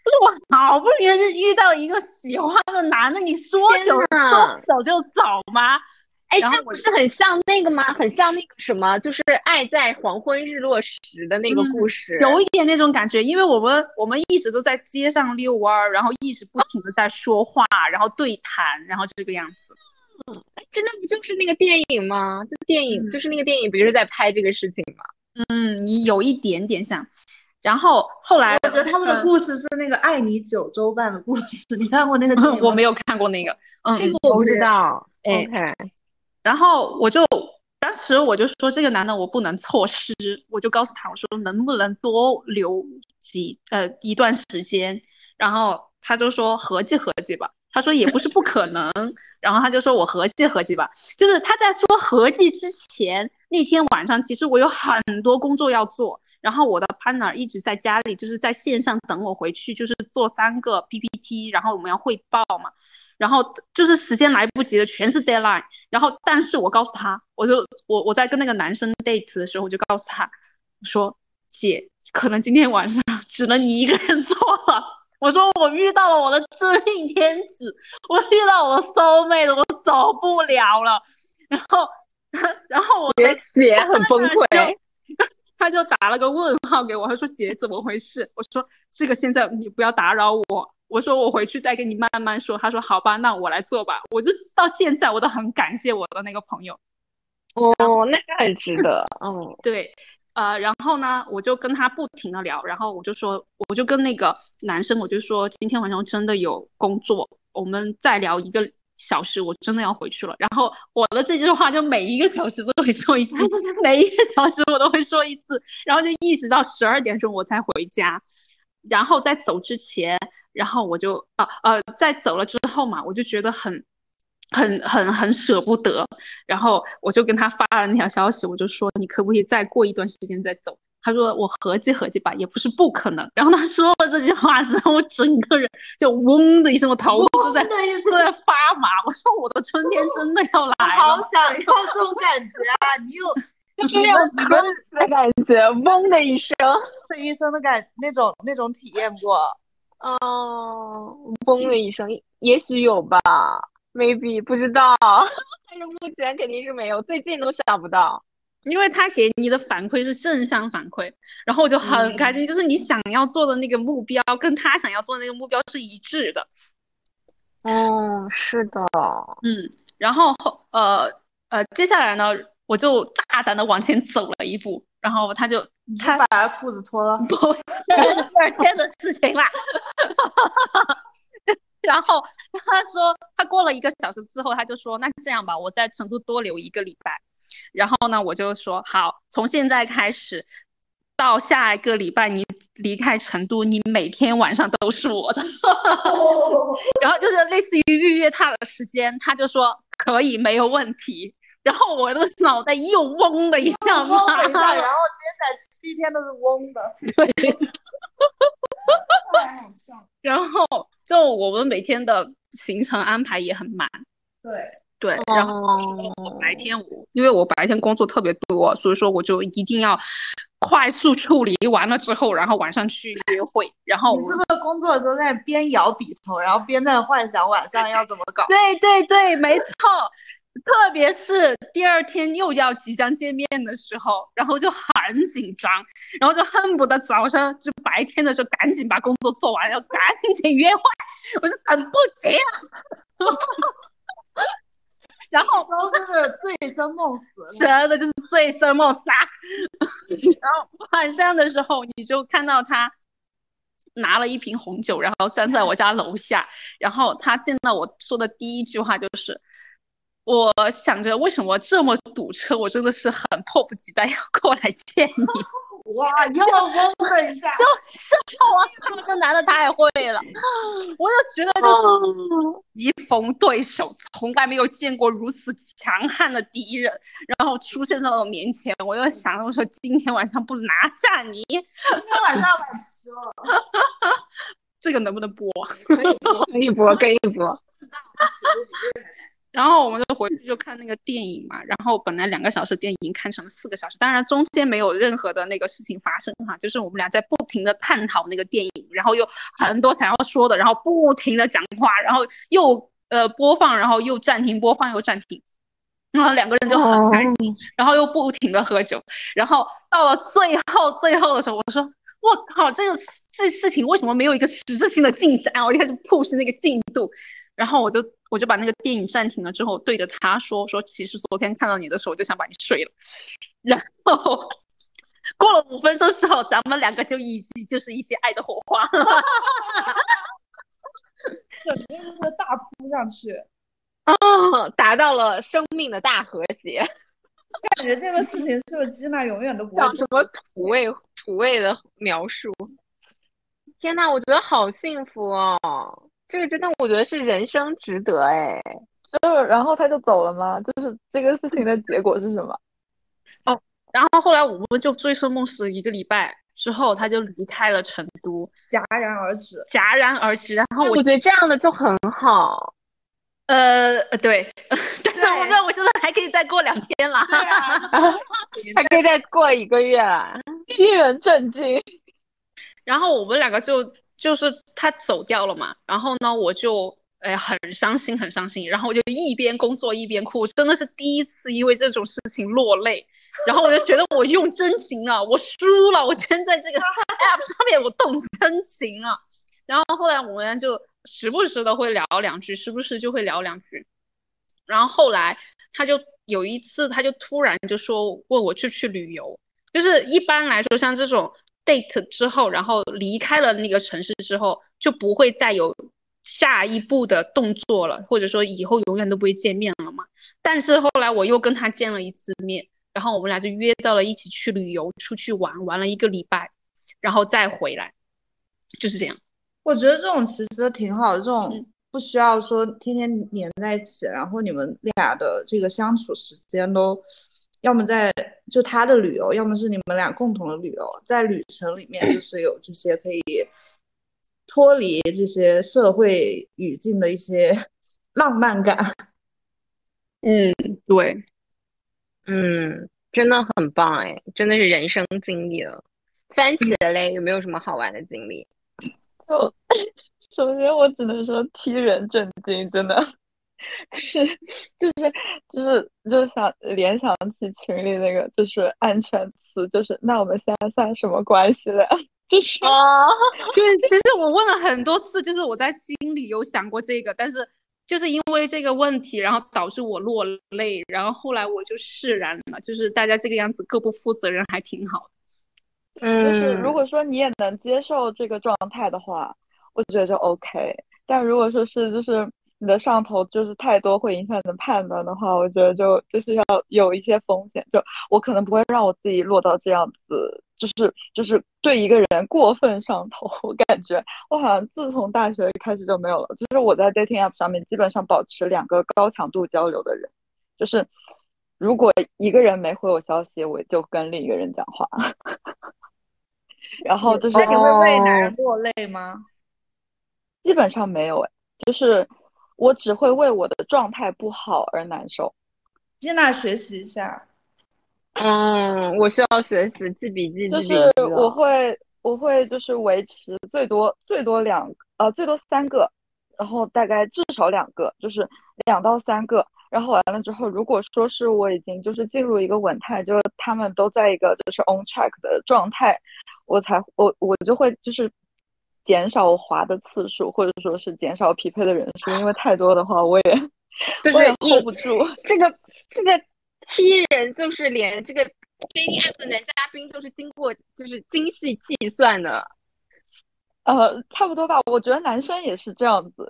我好不容易遇到一个喜欢的男的，你说走就走吗？ 哎，这不是很像那个吗？很像那个什么，就是爱在黄昏日落时的那个故事， 有一点那种感觉。因为我们一直都在街上遛弯，然后一直不停的在说话，然后对谈，然后这个样子。 真的不就是那个电影吗？就是那个电影，不就是在拍这个事情吗？ 你有一点点像。然后后来我觉得他们的故事是那个爱你9州半的故事，你看过那个电影吗？ 我没有看过那个， 这个我不知道。OK， 然后当时我就说这个男的我不能错失，我就告诉他，我说能不能多留一段时间，然后他就说合计合计吧，他说也不是不可能，然后他就说我合计合计吧，就是他在说合计之前那天晚上，其实我有很多工作要做。然后我的 partner 一直在家里，就是在线上等我回去，就是做3个 PPT， 然后我们要汇报嘛，然后就是时间来不及的，全是 deadline。然后，但是我告诉他，我在跟那个男生 date 的时候，我就告诉他，我说姐，可能今天晚上只能你一个人做了。我说我遇到了我的真命天子，我遇到我的 soul mate， 我走不了了。然后我的姐很崩溃。 他就打了个问号给我，他说姐怎么回事？我说这个现在你不要打扰我，我说我回去再跟你慢慢说。他说好吧，那我来做吧。我就到现在我都很感谢我的那个朋友。 那个很值得。 对，然后呢，我就跟他不停的聊，然后我就跟那个男生我就说今天晚上真的有工作，我们再聊1个小时，我真的要回去了。然后我的这句话就每1个小时都会说一次，每1个小时我都会说一次，然后就一直到12点钟我才回家。然后在走之前，然后我就在走了之后嘛，我就觉得很舍不得，然后我就跟他发了那条消息，我就说你可不可以再过一段时间再走？他说我合计合计吧，也不是不可能。然后他说了这句话之后，我整个人就嗡的一声，我头都在发麻。我说我的春天真的要来了， 好想要这种感觉啊！你有就是那种渴死的感觉，嗡的一声， 的一声的那种体验过。 嗡的一声，也许有吧 ，maybe 不知道，但是目前肯定是没有，最近都想不到。 因为他给你的反馈是正向反馈，然后我就很开心，就是你想要做的那个目标跟他想要做的那个目标是一致的。 是的。 然后接下来呢，我就大胆的往前走了一步，然后他把他裤子脱了， 不，这是第2天的事情啦。然后他说他过了1个小时之后，他就说那这样吧，我在成都多留1个礼拜。然后呢，我就说好，从现在开始到下一个礼拜你离开成都，你每天晚上都是我的。然后就是类似于预约他的时间，他就说可以，没有问题。然后我的脑袋又嗡的一下， 然后接下来7天都是嗡的。 对。然后就我们每天的行程安排也很满。对，然后因为我白天工作特别多，所以说我就一定要快速处理完了之后，然后晚上去约会。然后你是不是工作的时候在边摇笔头，然后边在幻想晚上要怎么搞？ 对，没错。特别是第2天又要即将见面的时候，然后就很紧张，然后就恨不得早上就白天的时候赶紧把工作做完，要赶紧约会，我就等不及了。然后都是醉生梦死， 真的就是醉生梦死。然后晚上的时候，你就看到他拿了1瓶红酒，然后站在我家楼下，然后他见到我说的第1句话就是我想着为什么这么堵车，我真的是很迫不及待要过来见你。 哇，又嗡了一下， 就是我这男的太会了，我就觉得就是棋逢对手，从来没有见过如此强悍的敌人，然后出现在我面前，我就想，我说今天晚上不拿下你，今天晚上要把你吃了。 这个能不能播？ 可以播。 然后我们就回去就看那个电影嘛，然后本来2个小时电影看成了4个小时，当然中间没有任何的那个事情发生哈，就是我们俩在不停的探讨那个电影，然后又很多想要说的，然后不停的讲话，然后又播放，然后又暂停，播放又暂停，然后2个人就很开心，然后又不停的喝酒，然后到了最后的时候，我说我靠，这事情为什么没有一个实质性的进展？我就开始 push 那个进度，然后我就把那个电影暂停了之后，对着他说其实昨天看到你的时候，我就想把你睡了。然后过了5分钟之后，咱们2个就是一些爱的火花， 整个就是大扑上去。 达到了生命的大和谐。 感觉这个事情是不是吉娜永远都不会讲什么土味的描述？天哪，我觉得好幸福哦！这个真的，我觉得是人生值得哎。 然后他就走了吗？就是这个事情的结果是什么？ 然后后来我们就醉生梦死1个礼拜之后，他就离开了成都， 戛然而止。 然后我觉得这样的就很好。 对，但是我觉得我觉得还可以再过2天啦， 对啊， 还可以再过1个月啦， 令人震惊。 然后我们2个就是他走掉了嘛，然后呢我就很伤心，然后我就一边工作一边哭，真的是第一次因为这种事情落泪。然后我就觉得我用真情了，我输了，我居然在这个 app 上面我动真情了。然后后来我们就时不时的会聊2句，时不时就会聊2句。然后后来他就有一次，他就突然就说问我去不去旅游。就是一般来说，像这种 date 之后，然后离开了那个城市之后，就不会再有下一步的动作了，或者说以后永远都不会见面了嘛。但是后来我又跟他见了1次面，然后我们俩就约到了一起去旅游，出去玩了1个礼拜，然后再回来，就是这样。 我觉得这种其实挺好的，这种不需要说天天黏在一起，然后你们俩的这个相处时间都要么在就他的旅游，要么是你们俩共同的旅游，在旅程里面就是有这些可以脱离这些社会语境的一些浪漫感。 对， 真的很棒哎，真的是人生经历了。番茄嘞，有没有什么好玩的经历？ 就首先我只能说踢人震惊，真的就是想联想起群里那个就是安全词，就是那我们现在算什么关系了？就是对，其实我问了很多次，就是我在心里有想过这个，但是就是因为这个问题，然后导致我落泪，然后后来我就释然了，就是大家这个样子各不负责任，还挺好的。 就是如果说你也能接受这个状态的话，我觉得就 OK。但如果说是就是你的上头就是太多会影响你的判断的话，我觉得就是要有一些风险。就我可能不会让我自己落到这样子，就是对一个人过分上头。我感觉我好像自从大学开始就没有了。就是我在 dating app 上面基本上保持2个高强度交流的人，就是如果一个人没回我消息，我就跟另一个人讲话。然后就是那你会为男人落泪吗？ 基本上没有就是我只会为我的状态不好而难受。 接纳学习一下。 我需要学习记笔记， 就是我会就是维持最多最多3个，然后大概至少2个，就是2到3个。然后完了之后，如果说是我已经就是进入一个稳态，就是他们都在一个就是 on track 的状态，我就会就是减少我滑的次数，或者说是减少匹配的人数，因为太多的话我也就是 hold 不住。 这个踢人就是连这个 dating app 的男嘉宾都是经过就是精细计算的。 差不多吧。我觉得男生也是这样子，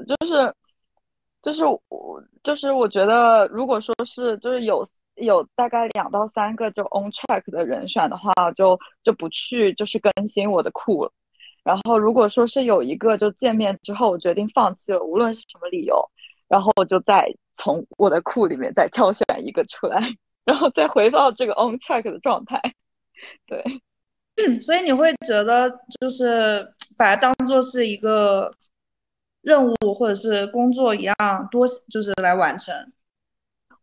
就是我觉得，如果说是就是有大概2到3个就 on track 的人选的话，就不去就是更新我的库了。然后如果说是有一个就见面之后我决定放弃了，无论是什么理由，然后我就再从我的库里面再挑选一个出来，然后再回到这个 on track 的状态。对。 所以你会觉得就是把它当做是一个任务或者是工作一样多，就是来完成。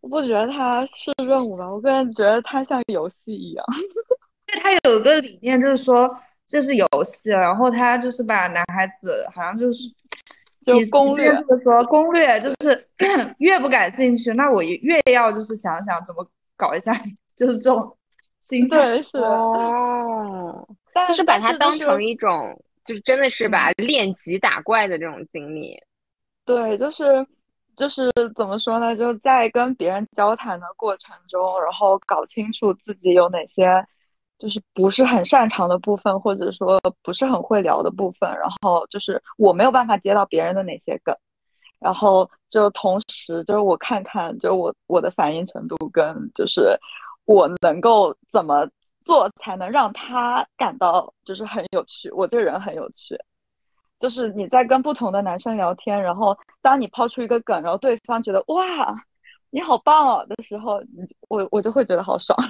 我不觉得它是任务吧，我个人觉得它像游戏一样。 对，他有一个理念，就是说这是游戏，然后他就是把男孩子好像就是就你攻略。 之前不是说攻略，就是越不感兴趣，那我越要就是想想怎么搞一下，就是这种心态。 对，是的。 哦，就是把但但它当成是就是一种，就是真的是把嗯， 练级打怪的这种经历。 对，就是怎么说呢？就在跟别人交谈的过程中，然后搞清楚自己有哪些就是不是很擅长的部分，或者说不是很会聊的部分，然后就是我没有办法接到别人的哪些梗，然后就同时就是我看看，就是我的反应程度跟就是我能够怎么做才能让他感到就是很有趣，我这个人很有趣。就是你在跟不同的男生聊天，然后当你抛出一个梗，然后对方觉得哇你好棒哦的时候，我就会觉得好爽。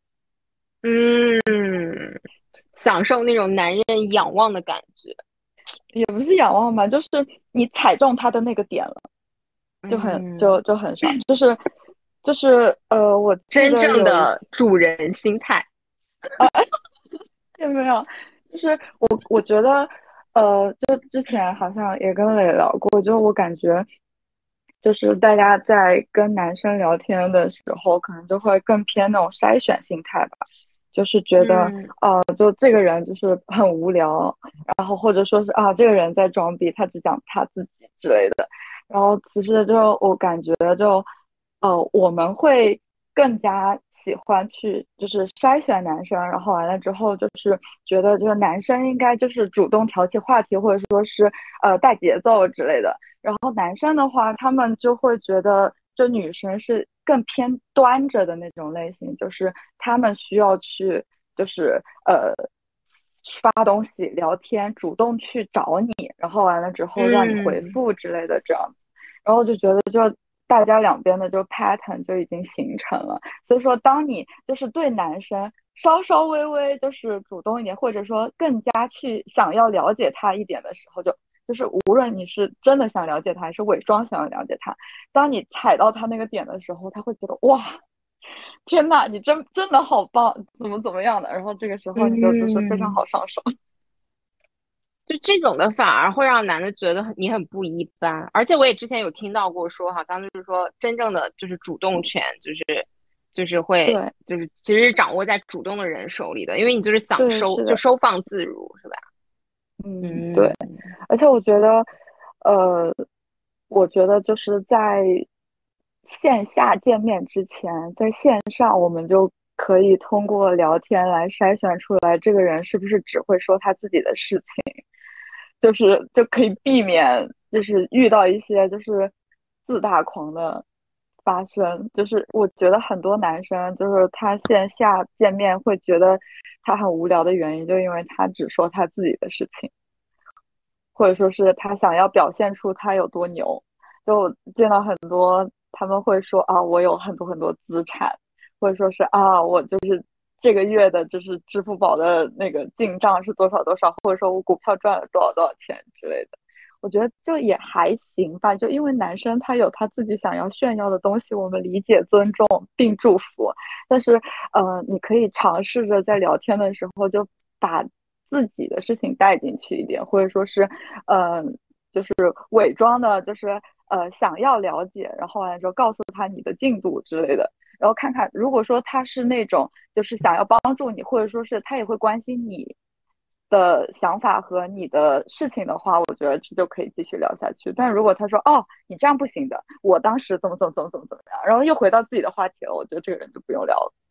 嗯，享受那种男人仰望的感觉。 也不是仰望吧，就是你踩中他的那个点了，就很嗯， 就就很爽。就是我记真正得有一的主人心态。 有没有？就是我觉得，就之前好像也跟磊聊过，就我感觉，就是大家在跟男生聊天的时候，可能就会更偏那种筛选心态吧，就是觉得， 嗯就这个人就是很无聊，然后或者说是啊，这个人在装逼，他只讲他自己之类的。然后其实就我感觉就，我们会更加喜欢去就是筛选男生，然后完了之后就是觉得就是男生应该就是主动挑起话题，或者说是带节奏之类的。然后男生的话，他们就会觉得就女生是更偏端着的那种类型，就是他们需要去就是发东西、聊天，主动去找你，然后完了之后让你回嗯复之类的这样。然后就觉得就大家两边的就 pattern 就已经形成了。所以说，当你就是对男生稍稍微微就是主动一点，或者说更加去想要了解他一点的时候，就是无论你是真的想了解他，还是伪装想要了解他，当你踩到他那个点的时候，他会觉得哇，天呐，你真的好棒，怎么样的，然后这个时候你就是非常嗯， 好上手。 就这种的反而会让男的觉得你很不一般。而且我也之前有听到过说，好像就是说真正的就是主动权，就是会对就是其实是掌握在主动的人手里的，因为你就是想对， 收就是的。 收放自如，是吧？ 嗯，对。 嗯而且我觉得，呃，我觉得就是在线下见面之前，在线上我们就可以通过聊天来筛选出来这个人是不是只会说他自己的事情，就可以避免就是遇到一些就是自大狂的发生。就是我觉得很多男生就是他线下见面会觉得他很无聊的原因，就因为他只说他自己的事情。或者说是他想要表现出他有多牛。就见到很多他们会说啊，我有很多很多资产，或者说是啊，我就是这个月的就是支付宝的那个进账是多少多少，或者说我股票赚了多少多少钱之类的。我觉得就也还行吧，就因为男生他有他自己想要炫耀的东西，我们理解、尊重并祝福。但是，你可以尝试着在聊天的时候就把自己的事情带进去一点，或者说是，呃，就是伪装的，就是想要了解，然后完了之后告诉他你的进度之类的，然后看看如果说他是那种就是想要帮助你，或者说是他也会关心你的想法和你的事情的话，我觉得这就可以继续聊下去。但如果他说哦你这样不行的，我当时怎么样，然后又回到自己的话题了，我觉得这个人就不用聊了。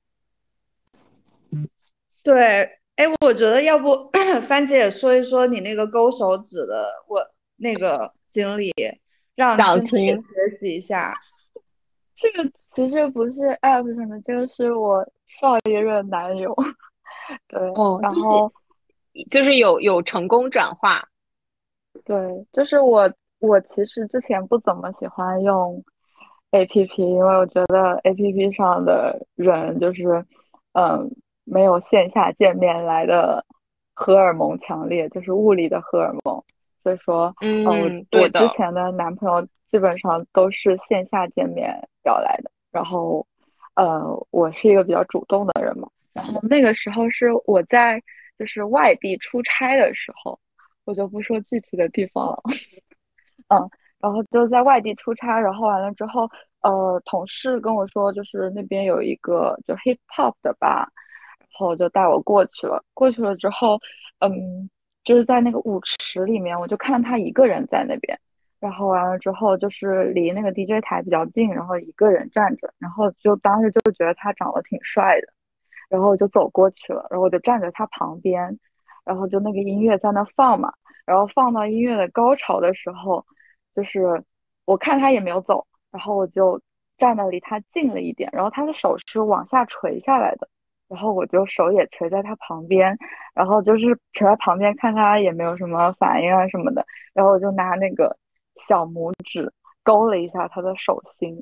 对，哎，我觉得要不番茄也说一说你那个勾手指的我那个经历，让听众也想听。 学习一下。 这个其实不是 app 上面，这个是我上一任男友。对。 哦，就是有成功转化。 对，就是我其实之前不怎么喜欢用 APP，因为我觉得 APP 上的人就是嗯没有线下见面来的荷尔蒙强烈，就是物理的荷尔蒙。所以说，我嗯， 我对的。 之前的男朋友基本上都是线下见面要来的。 然后我是一个比较主动的人嘛，然后那个时候是我在就是外地出差的时候，我就不说具体的地方了。嗯，然后就在外地出差，然后完了之后，同事跟我说，就是那边有一个就 hip hop 的吧，然后就带我过去了。过去了之后，就是在那个舞池里面，我就看他一个人在那边，然后完了之后，就是离那个 DJ 台比较近，然后一个人站着，然后就当时就觉得他长得挺帅的，然后我就走过去了，然后我就站在他旁边，然后就那个音乐在那放嘛。然后放到音乐的高潮的时候，就是我看他也没有走，然后我就站的离他近了一点，然后他的手是往下垂下来的，然后我就手也垂在他旁边，然后就是垂在旁边看他也没有什么反应啊什么的，然后我就拿那个小拇指勾了一下他的手心，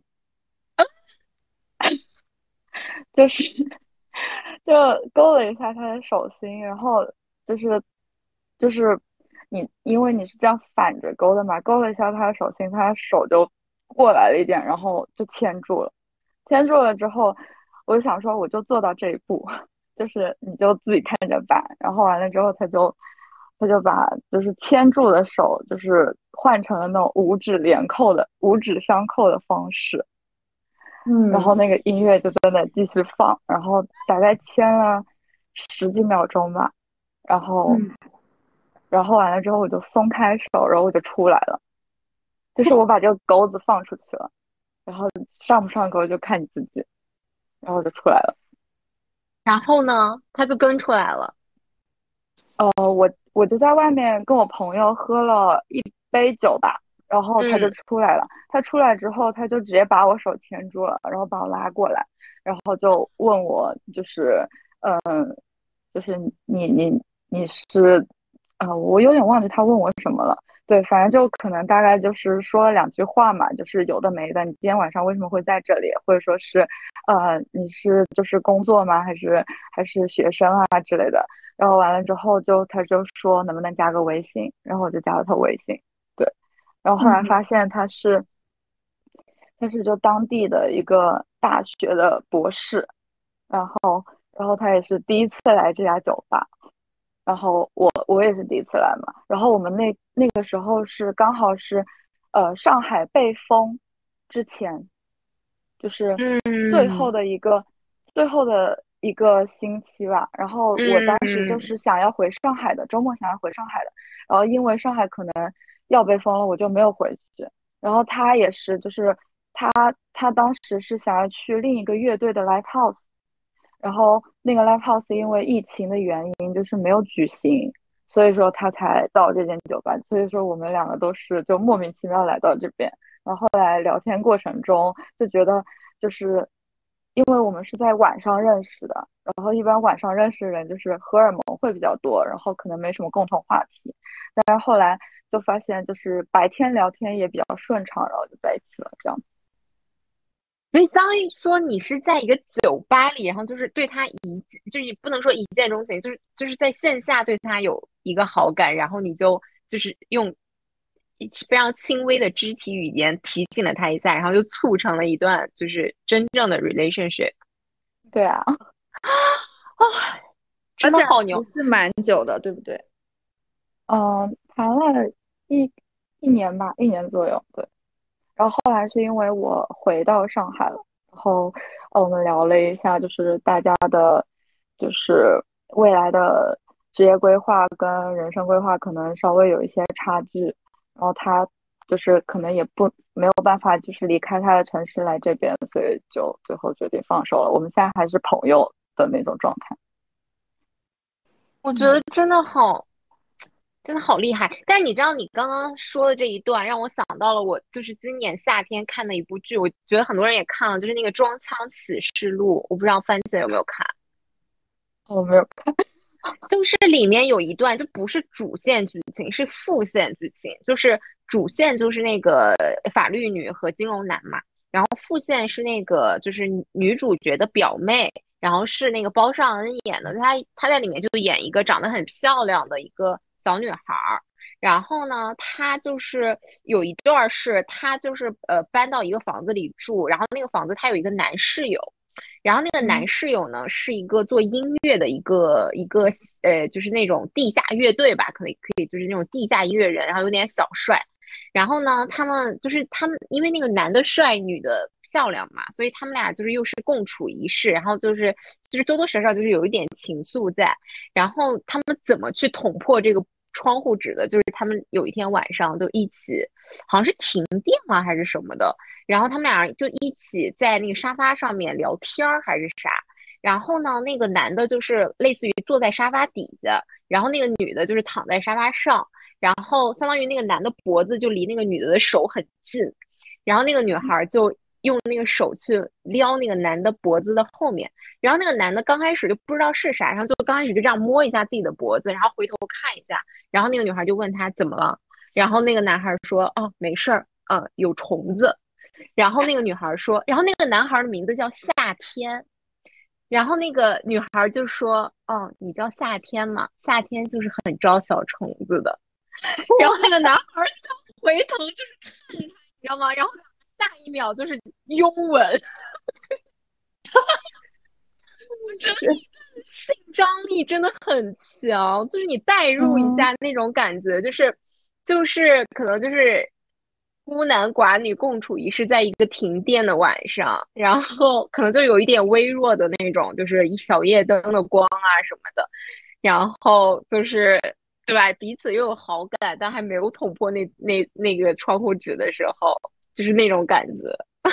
就是就勾了一下他的手心，然后就是就是因为你是这样反着勾的嘛，勾了一下他的手心，他的手就过来了一点，然后就牵住了。牵住了之后，我就想说我就做到这一步，就是你就自己看着办。然后完了之后，他就把就是牵住的手就是换成了那种五指连扣的五指相扣的方式。然后那个音乐就在那继续放，然后大概牵了十几秒钟吧，然后，然后完了之后我就松开手，然后我就出来了，就是我把这个钩子放出去了，然后上不上钩就看你自己，然后我就出来了。 然后呢，他就跟出来了。 我就在外面跟我朋友喝了一杯酒吧，然后他就出来了。他出来之后，他就直接把我手牵住了，然后把我拉过来，然后就问我，嗯，就是你是，我有点忘记他问我什么了。对，反正就可能大概就是说了两句话嘛，就是有的没的。你今天晚上为什么会在这里？或者说是，你是就是工作吗？还是学生啊之类的？然后完了之后他就说能不能加个微信，然后我就加了他微信，对，然后后来发现他是就当地的一个大学的博士，然后他也是第一次来这家酒吧，然后我也是第一次来嘛，然后我们那个时候是刚好是上海被封之前，就是最后的一个星期吧。然后我当时就是想要回上海的，周末想要回上海的，然后因为上海可能要被封了，我就没有回去。然后他也是，就是他他当时是想要去另一个乐队的 live house，然后那个 live house 因为疫情的原因就是没有举行，所以说他才到这间酒吧。所以说我们两个都是就莫名其妙来到这边。然后后来聊天过程中就觉得，就是因为我们是在晚上认识的，然后一般晚上认识的人就是荷尔蒙会比较多，然后可能没什么共同话题。但是后来就发现，就是白天聊天也比较顺畅，然后就在一起了，这样。 所以相当于说你是在一个酒吧里，然后就是对他就是你不能说一见钟情，就是在线下对他有一个好感，然后你就是用非常轻微的肢体语言提醒了他一下，然后就促成了一段就是真正的 relationship。 对啊， 啊，真的而且好牛！ 不是蛮久的，对不对？ 谈了一年吧，一年左右，对。然后后来是因为我回到上海了，然后我们聊了一下，就是大家的，就是未来的职业规划跟人生规划可能稍微有一些差距，然后他就是可能也没有办法就是离开他的城市来这边，所以就最后决定放手了。我们现在还是朋友的那种状态。 我觉得真的好厉害！但是你知道，你刚刚说的这一段让我想到了我就是今年夏天看的一部剧，我觉得很多人也看了，就是那个《装腔启示录》，我不知道番姐有没有看。 我没有。 就是里面有一段就不是主线剧情，是副线剧情。就是主线就是那个法律女和金融男嘛，然后副线是那个就是女主角的表妹，然后是那个包尚恩演的，她在里面就演一个长得很漂亮的一个小女孩儿。 然后呢，他就是有一段儿是他就是搬到一个房子里住，然后那个房子他有一个男室友，然后那个男室友呢是一个做音乐的一个就是那种地下乐队吧，可以就是那种地下音乐人，然后有点小帅。然后呢，他们因为那个男的帅，女的漂亮嘛，所以他们俩就是又是共处一室，然后就是多多少少就是有一点情愫在。然后他们怎么去捅破这个窗户纸的？就是他们有一天晚上就一起，好像是停电了还是什么的，然后他们俩就一起在那个沙发上面聊天还是啥。然后呢，那个男的就是类似于坐在沙发底下，然后那个女的就是躺在沙发上，然后相当于那个男的脖子就离那个女的手很近，然后那个女孩就用那个手去撩那个男的脖子的后面，然后那个男的刚开始就不知道是啥，然后就刚开始就这样摸一下自己的脖子，然后回头看一下，然后那个女孩就问他怎么了，然后那个男孩说哦没事儿，有虫子，然后那个女孩说，然后那个男孩的名字叫夏天。然后那个女孩就说：“哦，你叫夏天嘛？夏天就是很招小虫子的。”然后那个男孩就回头就是看他，你知道吗？然后下一秒就是拥吻，性张力真的很强，就是你代入一下那种感觉，就是可能就是孤男寡女共处一室，在一个停电的晚上，然后可能就有一点微弱的那种，就是一小夜灯的光啊什么的，然后就是对吧？彼此又有好感，但还没有捅破那个窗户纸的时候，就是那种感觉。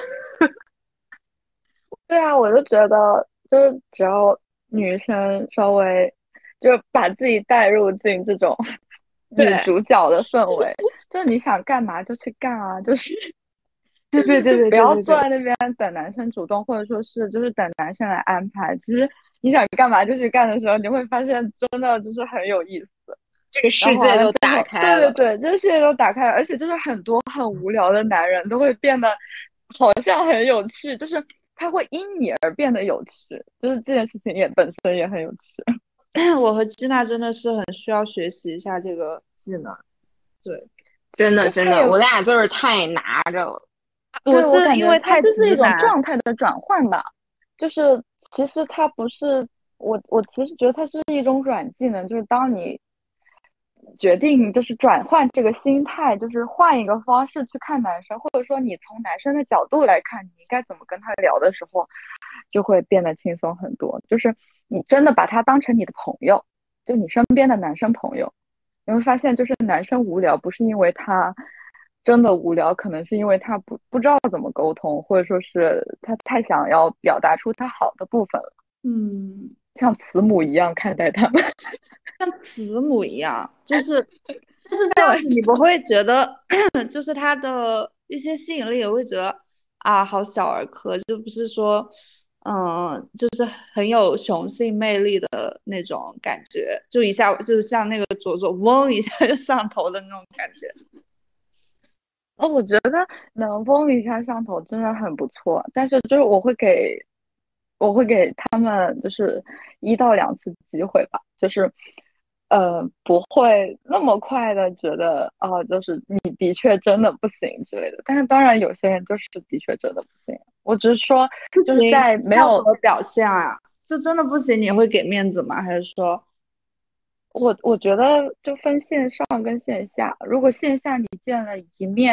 对啊，我就觉得，就是只要女生稍微就是把自己带入进这种女对， 主角的氛围，就是你想干嘛就去干啊，就是对对对对就不要对对对， 坐在那边等男生主动，或者说是就是等男生来安排。其实你想干嘛就去干的时候，你会发现真的就是很有意思。 这个然后完世界都了之后，对打开了。 对对，这世界都打开了，而且就是很多很无聊的男人都会变得好像很有趣，就是他会因你而变得有趣，就是这件事情也本身也很有趣。 我和吉娜真的是很需要学习一下这个技能。对， 真的真的， 他也我俩就是太拿着了。 我对，我是感觉它因为太直就是一种男。 状态的转换吧，就是其实它不是我其实觉得它是一种软技能，就是当你决定就是转换这个心态，就是换一个方式去看男生，或者说你从男生的角度来看你应该怎么跟他聊的时候，就会变得轻松很多。就是你真的把他当成你的朋友，就你身边的男生朋友，你会发现，就是男生无聊不是因为他真的无聊，可能是因为他不知道怎么沟通，或者说是他太想要表达出他好的部分了， 嗯， 像慈母一样看待他们。 像慈母一样，但是这样子你不会觉得，就是他的一些吸引力，我会觉得啊，好小儿科，就不是说，就是很有雄性魅力的那种感觉，就一下就是像那个左左嗡一下就上头的那种感觉。 我觉得能崩一下上头真的很不错，但是就是我会给他们就是1到2次机会吧，就是不会那么快的觉得就是你的确真的不行之类的。但是当然有些人就是的确真的不行，我只是说就是行， 在没有要怎么表现啊？就真的不行，你会给面子吗？还是说， 我觉得就分线上跟线下，如果线下你见了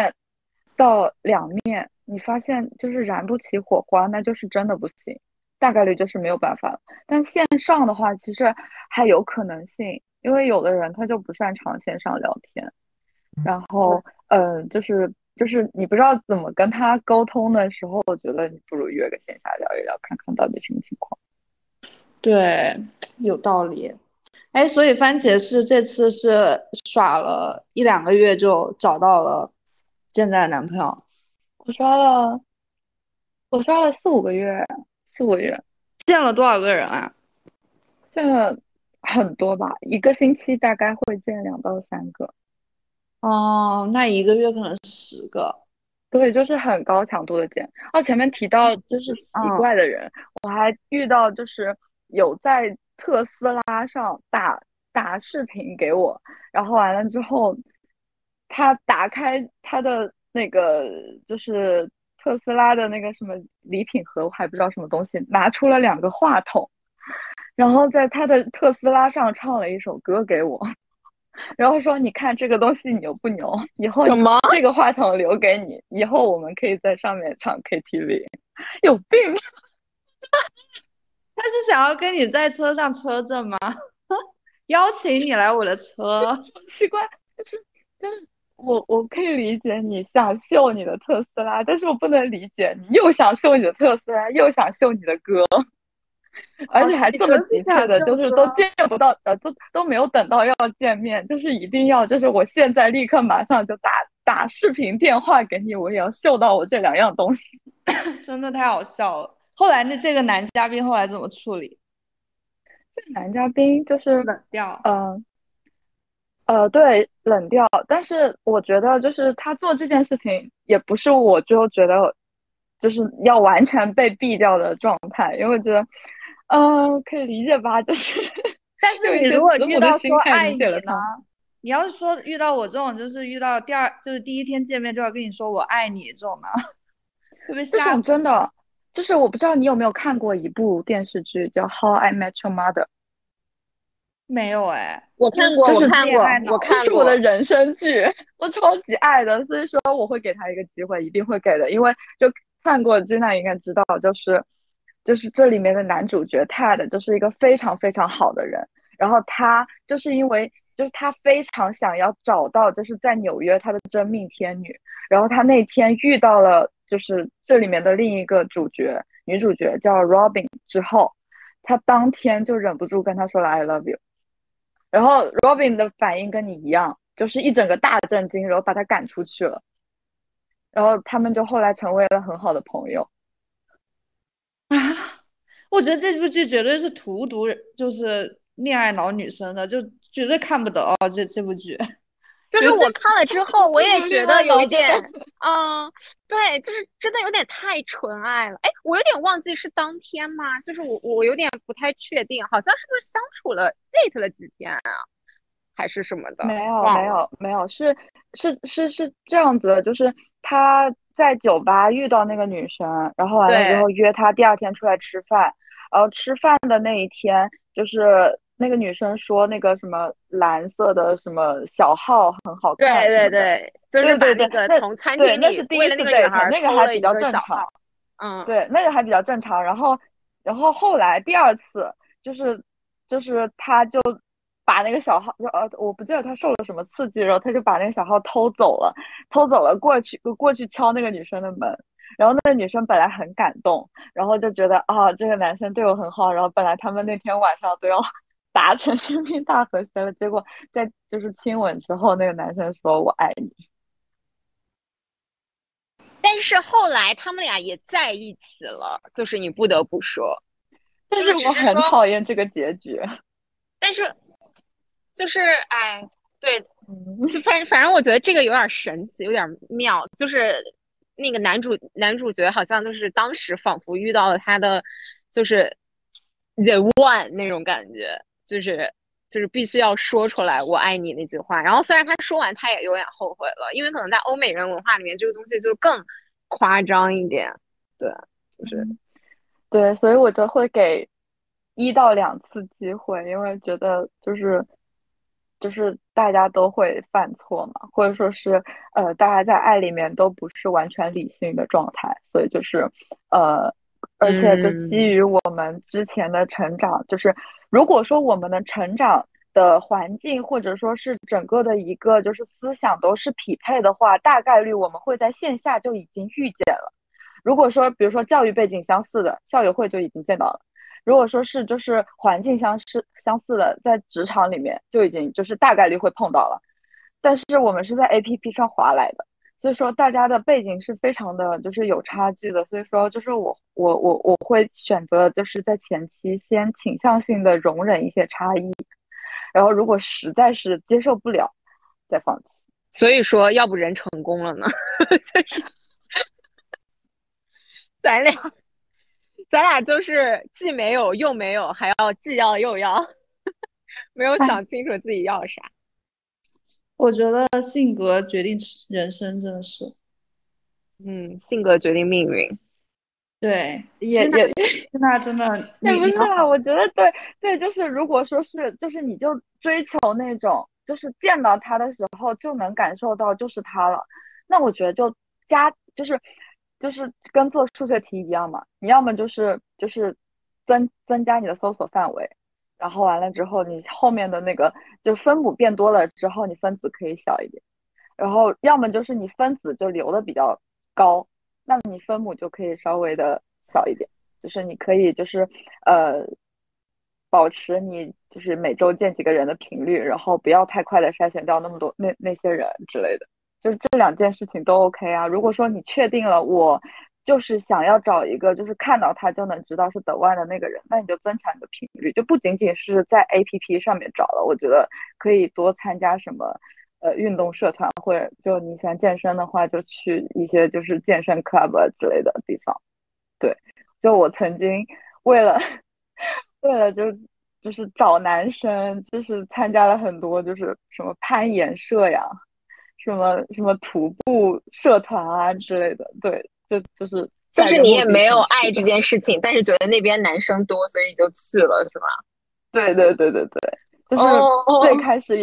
1面到2面，你发现就是燃不起火花，那就是真的不行，大概率就是没有办法了。但线上的话，其实还有可能性，因为有的人他就不擅长线上聊天，然后就是你不知道怎么跟他沟通的时候，我觉得你不如约个线下聊一聊，看看到底什么情况。 对，有道理。哎，所以番茄是这次是耍了1、2个月就找到了现在的男朋友， 我刷了，我刷了4、5个月，四五个月。 见了多少个人啊？ 这很多吧，一个星期大概会见2到3个。 哦，那1个月可能10个。 对，就是很高强度的见。前面提到就是奇嗯， 怪的人，我还遇到就是有在特斯拉上打视频给我，然后完了之后， 他打开他的那个就是特斯拉的那个什么礼品盒，我还不知道什么东西，拿出了2个话筒，然后在他的特斯拉上唱了一首歌给我，然后说：“你看这个东西牛不牛？以后什么？ 这个话筒留给你，以后我们可以在上面唱 KTV。”有病！ 他是想要跟你在车上车震吗？邀请你来我的车， 奇怪，就是我可以理解你想秀你的特斯拉，但是我不能理解你又想秀你的特斯拉，又想秀你的歌，而且还这么急切的，就是都见不到，都没有等到要见面，就是一定要，就是我现在立刻马上就打视频电话给你，我也要秀到我这2样东西， 真的太好笑了。后来这个男嘉宾后来怎么处理？ 这个男嘉宾就是冷掉。 对，冷掉。但是我觉得，就是他做这件事情，也不是我就觉得就是要完全被毙掉的状态，因为我觉得，可以理解吧，就是但是你如果遇到说爱你呢， 你要是说遇到我这种，就是遇到就是第一天见面就要跟你说我爱你这种呢，特别吓死。 真的，就是我不知道你有没有看过一部电视剧叫《How I Met Your Mother》。 没有哎， 我看过，我看过，我看过， 这是我的人生剧，我超级爱的，所以说我会给他一个机会，一定会给的，因为就看过剧，那应该知道，就是这里面的男主角 Ted 就是一个非常非常好的人，然后他就是因为就是他非常想要找到就是在纽约他的真命天女，然后他那天遇到了就是这里面的另一个女主角叫 Robin 之后，他当天就忍不住跟他说了 I love you。然后 Robin 的反应跟你一样，就是一整个大震惊，然后把他赶出去了。然后他们就后来成为了很好的朋友。 啊，我觉得这部剧绝对是荼毒，就是恋爱脑女生的，就绝对看不得哦。这部剧， 就是我看了之后，我也觉得有一点，对，就是真的有点太纯爱了。哎，我有点忘记是当天吗？就是我有点不太确定，好像是不是相处了 date 了几天啊，还是什么的？ 没有，是这样子的，就是他在酒吧遇到那个女生，然后完了之后约她第2天出来吃饭，然后吃饭的那一天，就是那个女生说那个什么蓝色的什么小号很好看， 对，就是把那个从餐厅里为了那个女孩那个还比较正常，对，那个还比较正常。然后后来第2次就是他就把那个小号我不记得他受了什么刺激，然后他就把那个小号偷走了过去敲那个女生的门。然后那个女生本来很感动，然后就觉得这个男生对我很好，然后本来他们那天晚上都要达成生命大和谐了，结果在就是亲吻之后，那个男生说我爱你。 但是后来他们俩也在一起了，就是你不得不说， 但是我很讨厌这个结局。 但是就是哎，对，就反正我觉得这个有点神奇，有点妙，就是那个男主角好像就是当时仿佛遇到了他的就是 the one 那种感觉，就是必须要说出来我爱你那句话。然后虽然他说完他也有点后悔了，因为可能在欧美人文化里面这个东西就更夸张一点。对，就是对，所以我就会给1到2次机会，因为觉得就是大家都会犯错嘛，或者说是大家在爱里面都不是完全理性的状态，所以就是而且就基于我们之前的成长，就是如果说我们的成长的环境或者说是整个的一个就是思想都是匹配的话，大概率我们会在线下就已经遇见了。如果说比如说教育背景相似的，校友会就已经见到了。如果说是就是环境相似的，在职场里面就已经就是大概率会碰到了，但是我们是在 APP 上滑来的，所以说大家的背景是非常的就是有差距的，所以说就是我会选择就是在前期先倾向性的容忍一些差异，然后如果实在是接受不了再放弃。 所以说要不人成功了呢？就是咱俩就是既没有又没有，还要既要又要，没有想清楚自己要啥。 我觉得性格决定人生，真的是。 性格决定命运。 对， 也也那真的， 也不你要是啊，我觉得对对，就是如果说是就是你就追求那种，就是见到他的时候就能感受到就是他了，那我觉得就就是跟做数学题一样嘛，你要么就是增加你的搜索范围，然后完了之后你后面的那个就分母变多了之后，你分子可以小一点，然后要么就是你分子就留的比较高，那么你分母就可以稍微的少一点。就是你可以就是呃保持你就是每周见几个人的频率，然后不要太快的筛选掉那么多那些人之类的，就是这两件事情都 OK 啊。如果说你确定了我就是想要找一个就是看到他就能知道是The One 的那个人，那你就增强你的频率，就不仅仅是在 APP 上面找了，我觉得可以多参加什么运动社团，或者就你喜欢健身的话，就去一些就是健身 club 之类的地方。对，就我曾经为了为了就是找男生，就是参加了很多就是什么攀岩社呀，什么徒步社团啊之类的。对，就是就是带着目的你也没有性去的。 爱这件事情，但是觉得那边男生多，所以就去了，是吗？ 对对对对对，就是最哦， 开始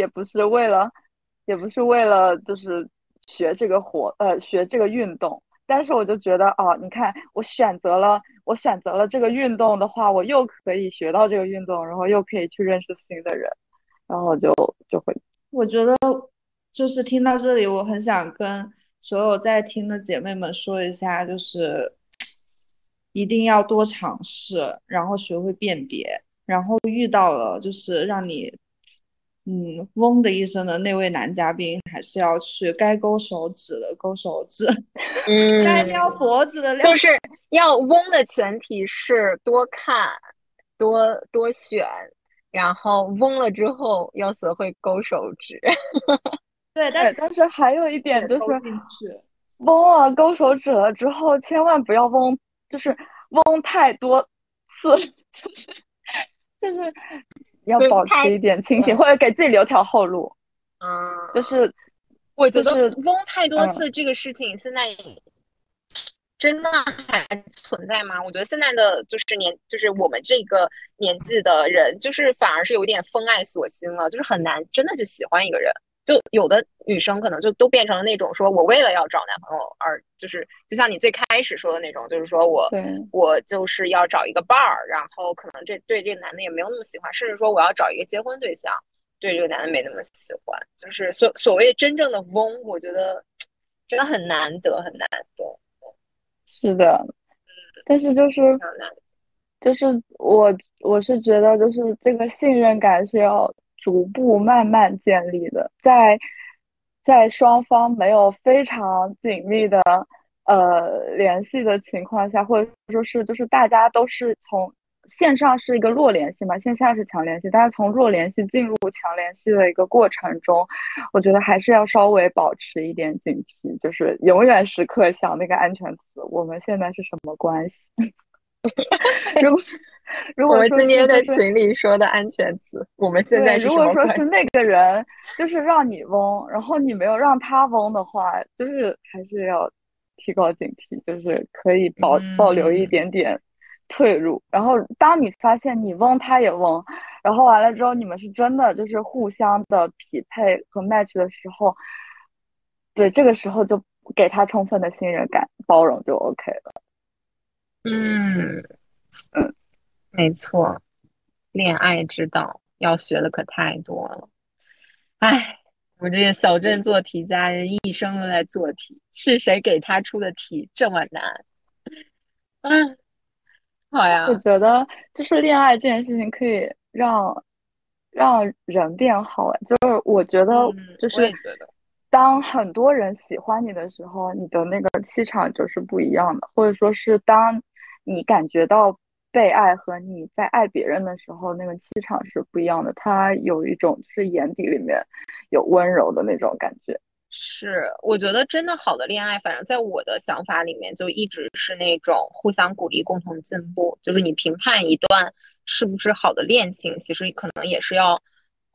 也不是为了就是学这个运动，但是我就觉得哦，你看我选择了这个运动的话，我又可以学到这个运动，然后又可以去认识新的人，然后就会我觉得就是听到这里，我很想跟所有在听的姐妹们说一下，就是一定要多尝试，然后学会辨别，然后遇到了就是让你嗡的一声的那位男嘉宾，还是要去该勾手指的勾手指，该撩嗯， 脖子的撩。 就是要嗡的前提是多看、多选，然后嗡了之后要学会勾手指。 对，但对，但是还有一点就是也勾进去。 嗡了勾手指了之后，千万不要嗡，就是嗡太多次，就是就是要对， 保持一点清醒， 对， 或者给自己留条后路。就嗯， 是我觉得就是嗡太多嗯， 次这个事情现在真的还存在吗？我觉得现在的就是我们这个年纪的人，就是反而是有点封爱锁心了，就是很难真的就喜欢一个人。就有的女生可能就都变成了那种说我为了要找男朋友而就是就像你最开始说的那种，就是说我对， 我就是要找一个伴儿，然后可能对这个男的也没有那么喜欢，甚至说我要找一个结婚对象，对这个男的没那么喜欢，就是所谓真正的翁，我觉得真的很难得，很难得。 是的，但是就是我是觉得就是这个信任感是要逐步慢慢建立的，在双方没有非常紧密的联系的情况下，或者说是就是大家都是从线上是一个弱联系嘛，线下是强联系，大家从弱联系进入强联系的一个过程中，我觉得还是要稍微保持一点警惕，就是永远时刻想那个安全词，我们现在是什么关系？如果如果说我们今是就是天在群里说的安全词，我们现对， 在是如果什么关系？ 说是那个人就是让你嗡，然后你没有让他嗡的话，就是还是要提高警惕，就是可以保留一嗯， 点点退路。然后当你发现你嗡他也嗡，然后完了之后你们是真的就是互相的匹配和 match 的时候，对，这个时候就给他充分的信任感，包容就 OK 了。 嗯， 嗯， 没错，恋爱之道要学的可太多了。唉，我这个小镇做题家人一生都在做题，是谁给他出的题这么难？嗯，好我呀， 觉得就是恋爱这件事情可以让人变好，就是我觉得就我是也觉得当很多人喜欢你的时候，你的那个气场就是不一样的，或者说是当你感觉到被爱和你在爱别人的时候，那个气场是不一样的，它有一种就是眼底里面有温柔的那种感觉。 是，我觉得真的好的恋爱，反正在我的想法里面，就一直是那种互相鼓励、共同进步。就是你评判一段是不是好的恋情，其实可能也是要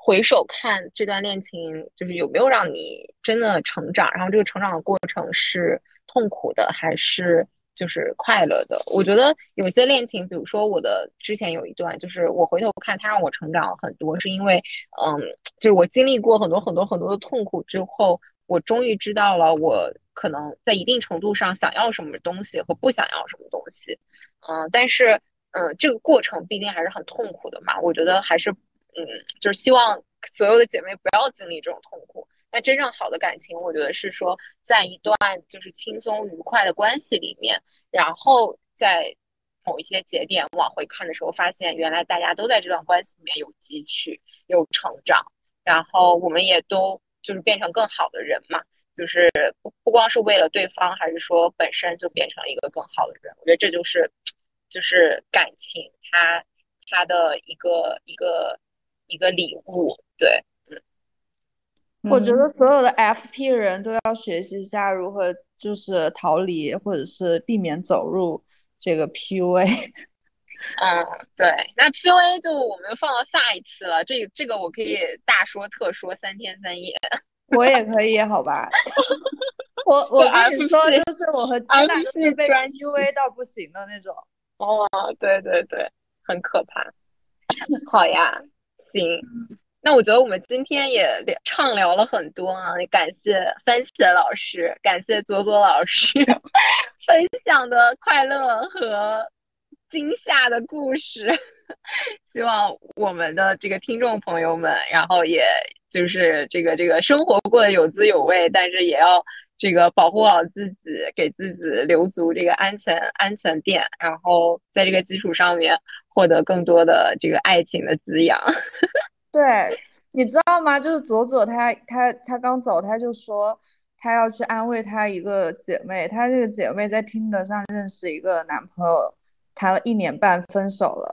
回首看这段恋情，就是有没有让你真的成长，然后这个成长的过程是痛苦的还是就是快乐的。我觉得有些恋情，比如说我的之前有一段，就是我回头看它让我成长很多，是因为就是我经历过很多很多很多的痛苦之后，我终于知道了我可能在一定程度上想要什么东西和不想要什么东西。但是这个过程毕竟还是很痛苦的嘛，我觉得还是就是希望所有的姐妹不要经历这种痛苦。那真正好的感情，我觉得是说在一段就是轻松愉快的关系里面，然后在某一些节点往回看的时候，发现原来大家都在这段关系里面有汲取、有成长，然后我们也都就是变成更好的人嘛。就是不光是为了对方，还是说本身就变成了一个更好的人。我觉得这就是感情它的一个礼物。对， 我觉得所有的 FP 人都要学习一下如何就是逃离或者是避免走入这个 PUA。 对，那 PUA 就我们放到下一次了。这个我可以大说特说3天3夜。 我也可以，好吧？我跟你说，就是我和鸡蛋是被 PUA 到不行的那种。 对对对，很可怕。好呀，行。那我觉得我们今天也畅聊了很多啊，感谢番茄老师，感谢左左老师分享的快乐和惊吓的故事。希望我们的这个听众朋友们，然后也就是这个生活过得有滋有味，但是也要这个保护好自己，给自己留足这个安全垫，然后在这个基础上面获得更多的这个爱情的滋养。 对，你知道吗？就是左左他刚走，他就说他要去安慰他一个姐妹，他这个姐妹在Tinder上认识一个男朋友，谈了1年半，分手了。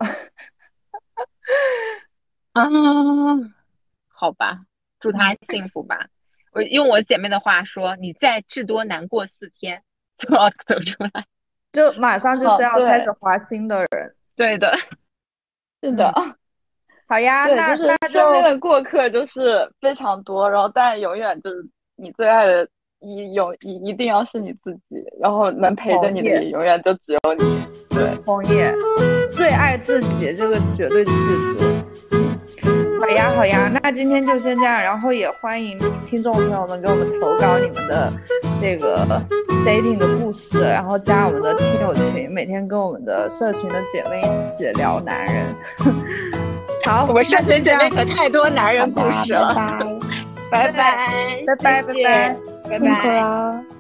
好吧，祝他幸福吧。我用我姐妹的话说，你再至多难过4天就要走出来， 就马上就是要开始滑新的人。 对的， 是的。 好呀，那就是身边的过客就是非常多，然后但永远就是你最爱的一定要是你自己，然后能陪着你的也永远就只有你。对， 同意，最爱自己这个绝对记住。好呀，那今天就先这样，然后也欢迎听众朋友们给我们投稿你们的这个 dating 的故事，然后加我们的听友群，每天跟我们的社群的姐妹一起聊男人。好， 我们社群姐妹可太多男人故事了。 拜拜， 拜拜， 辛苦了。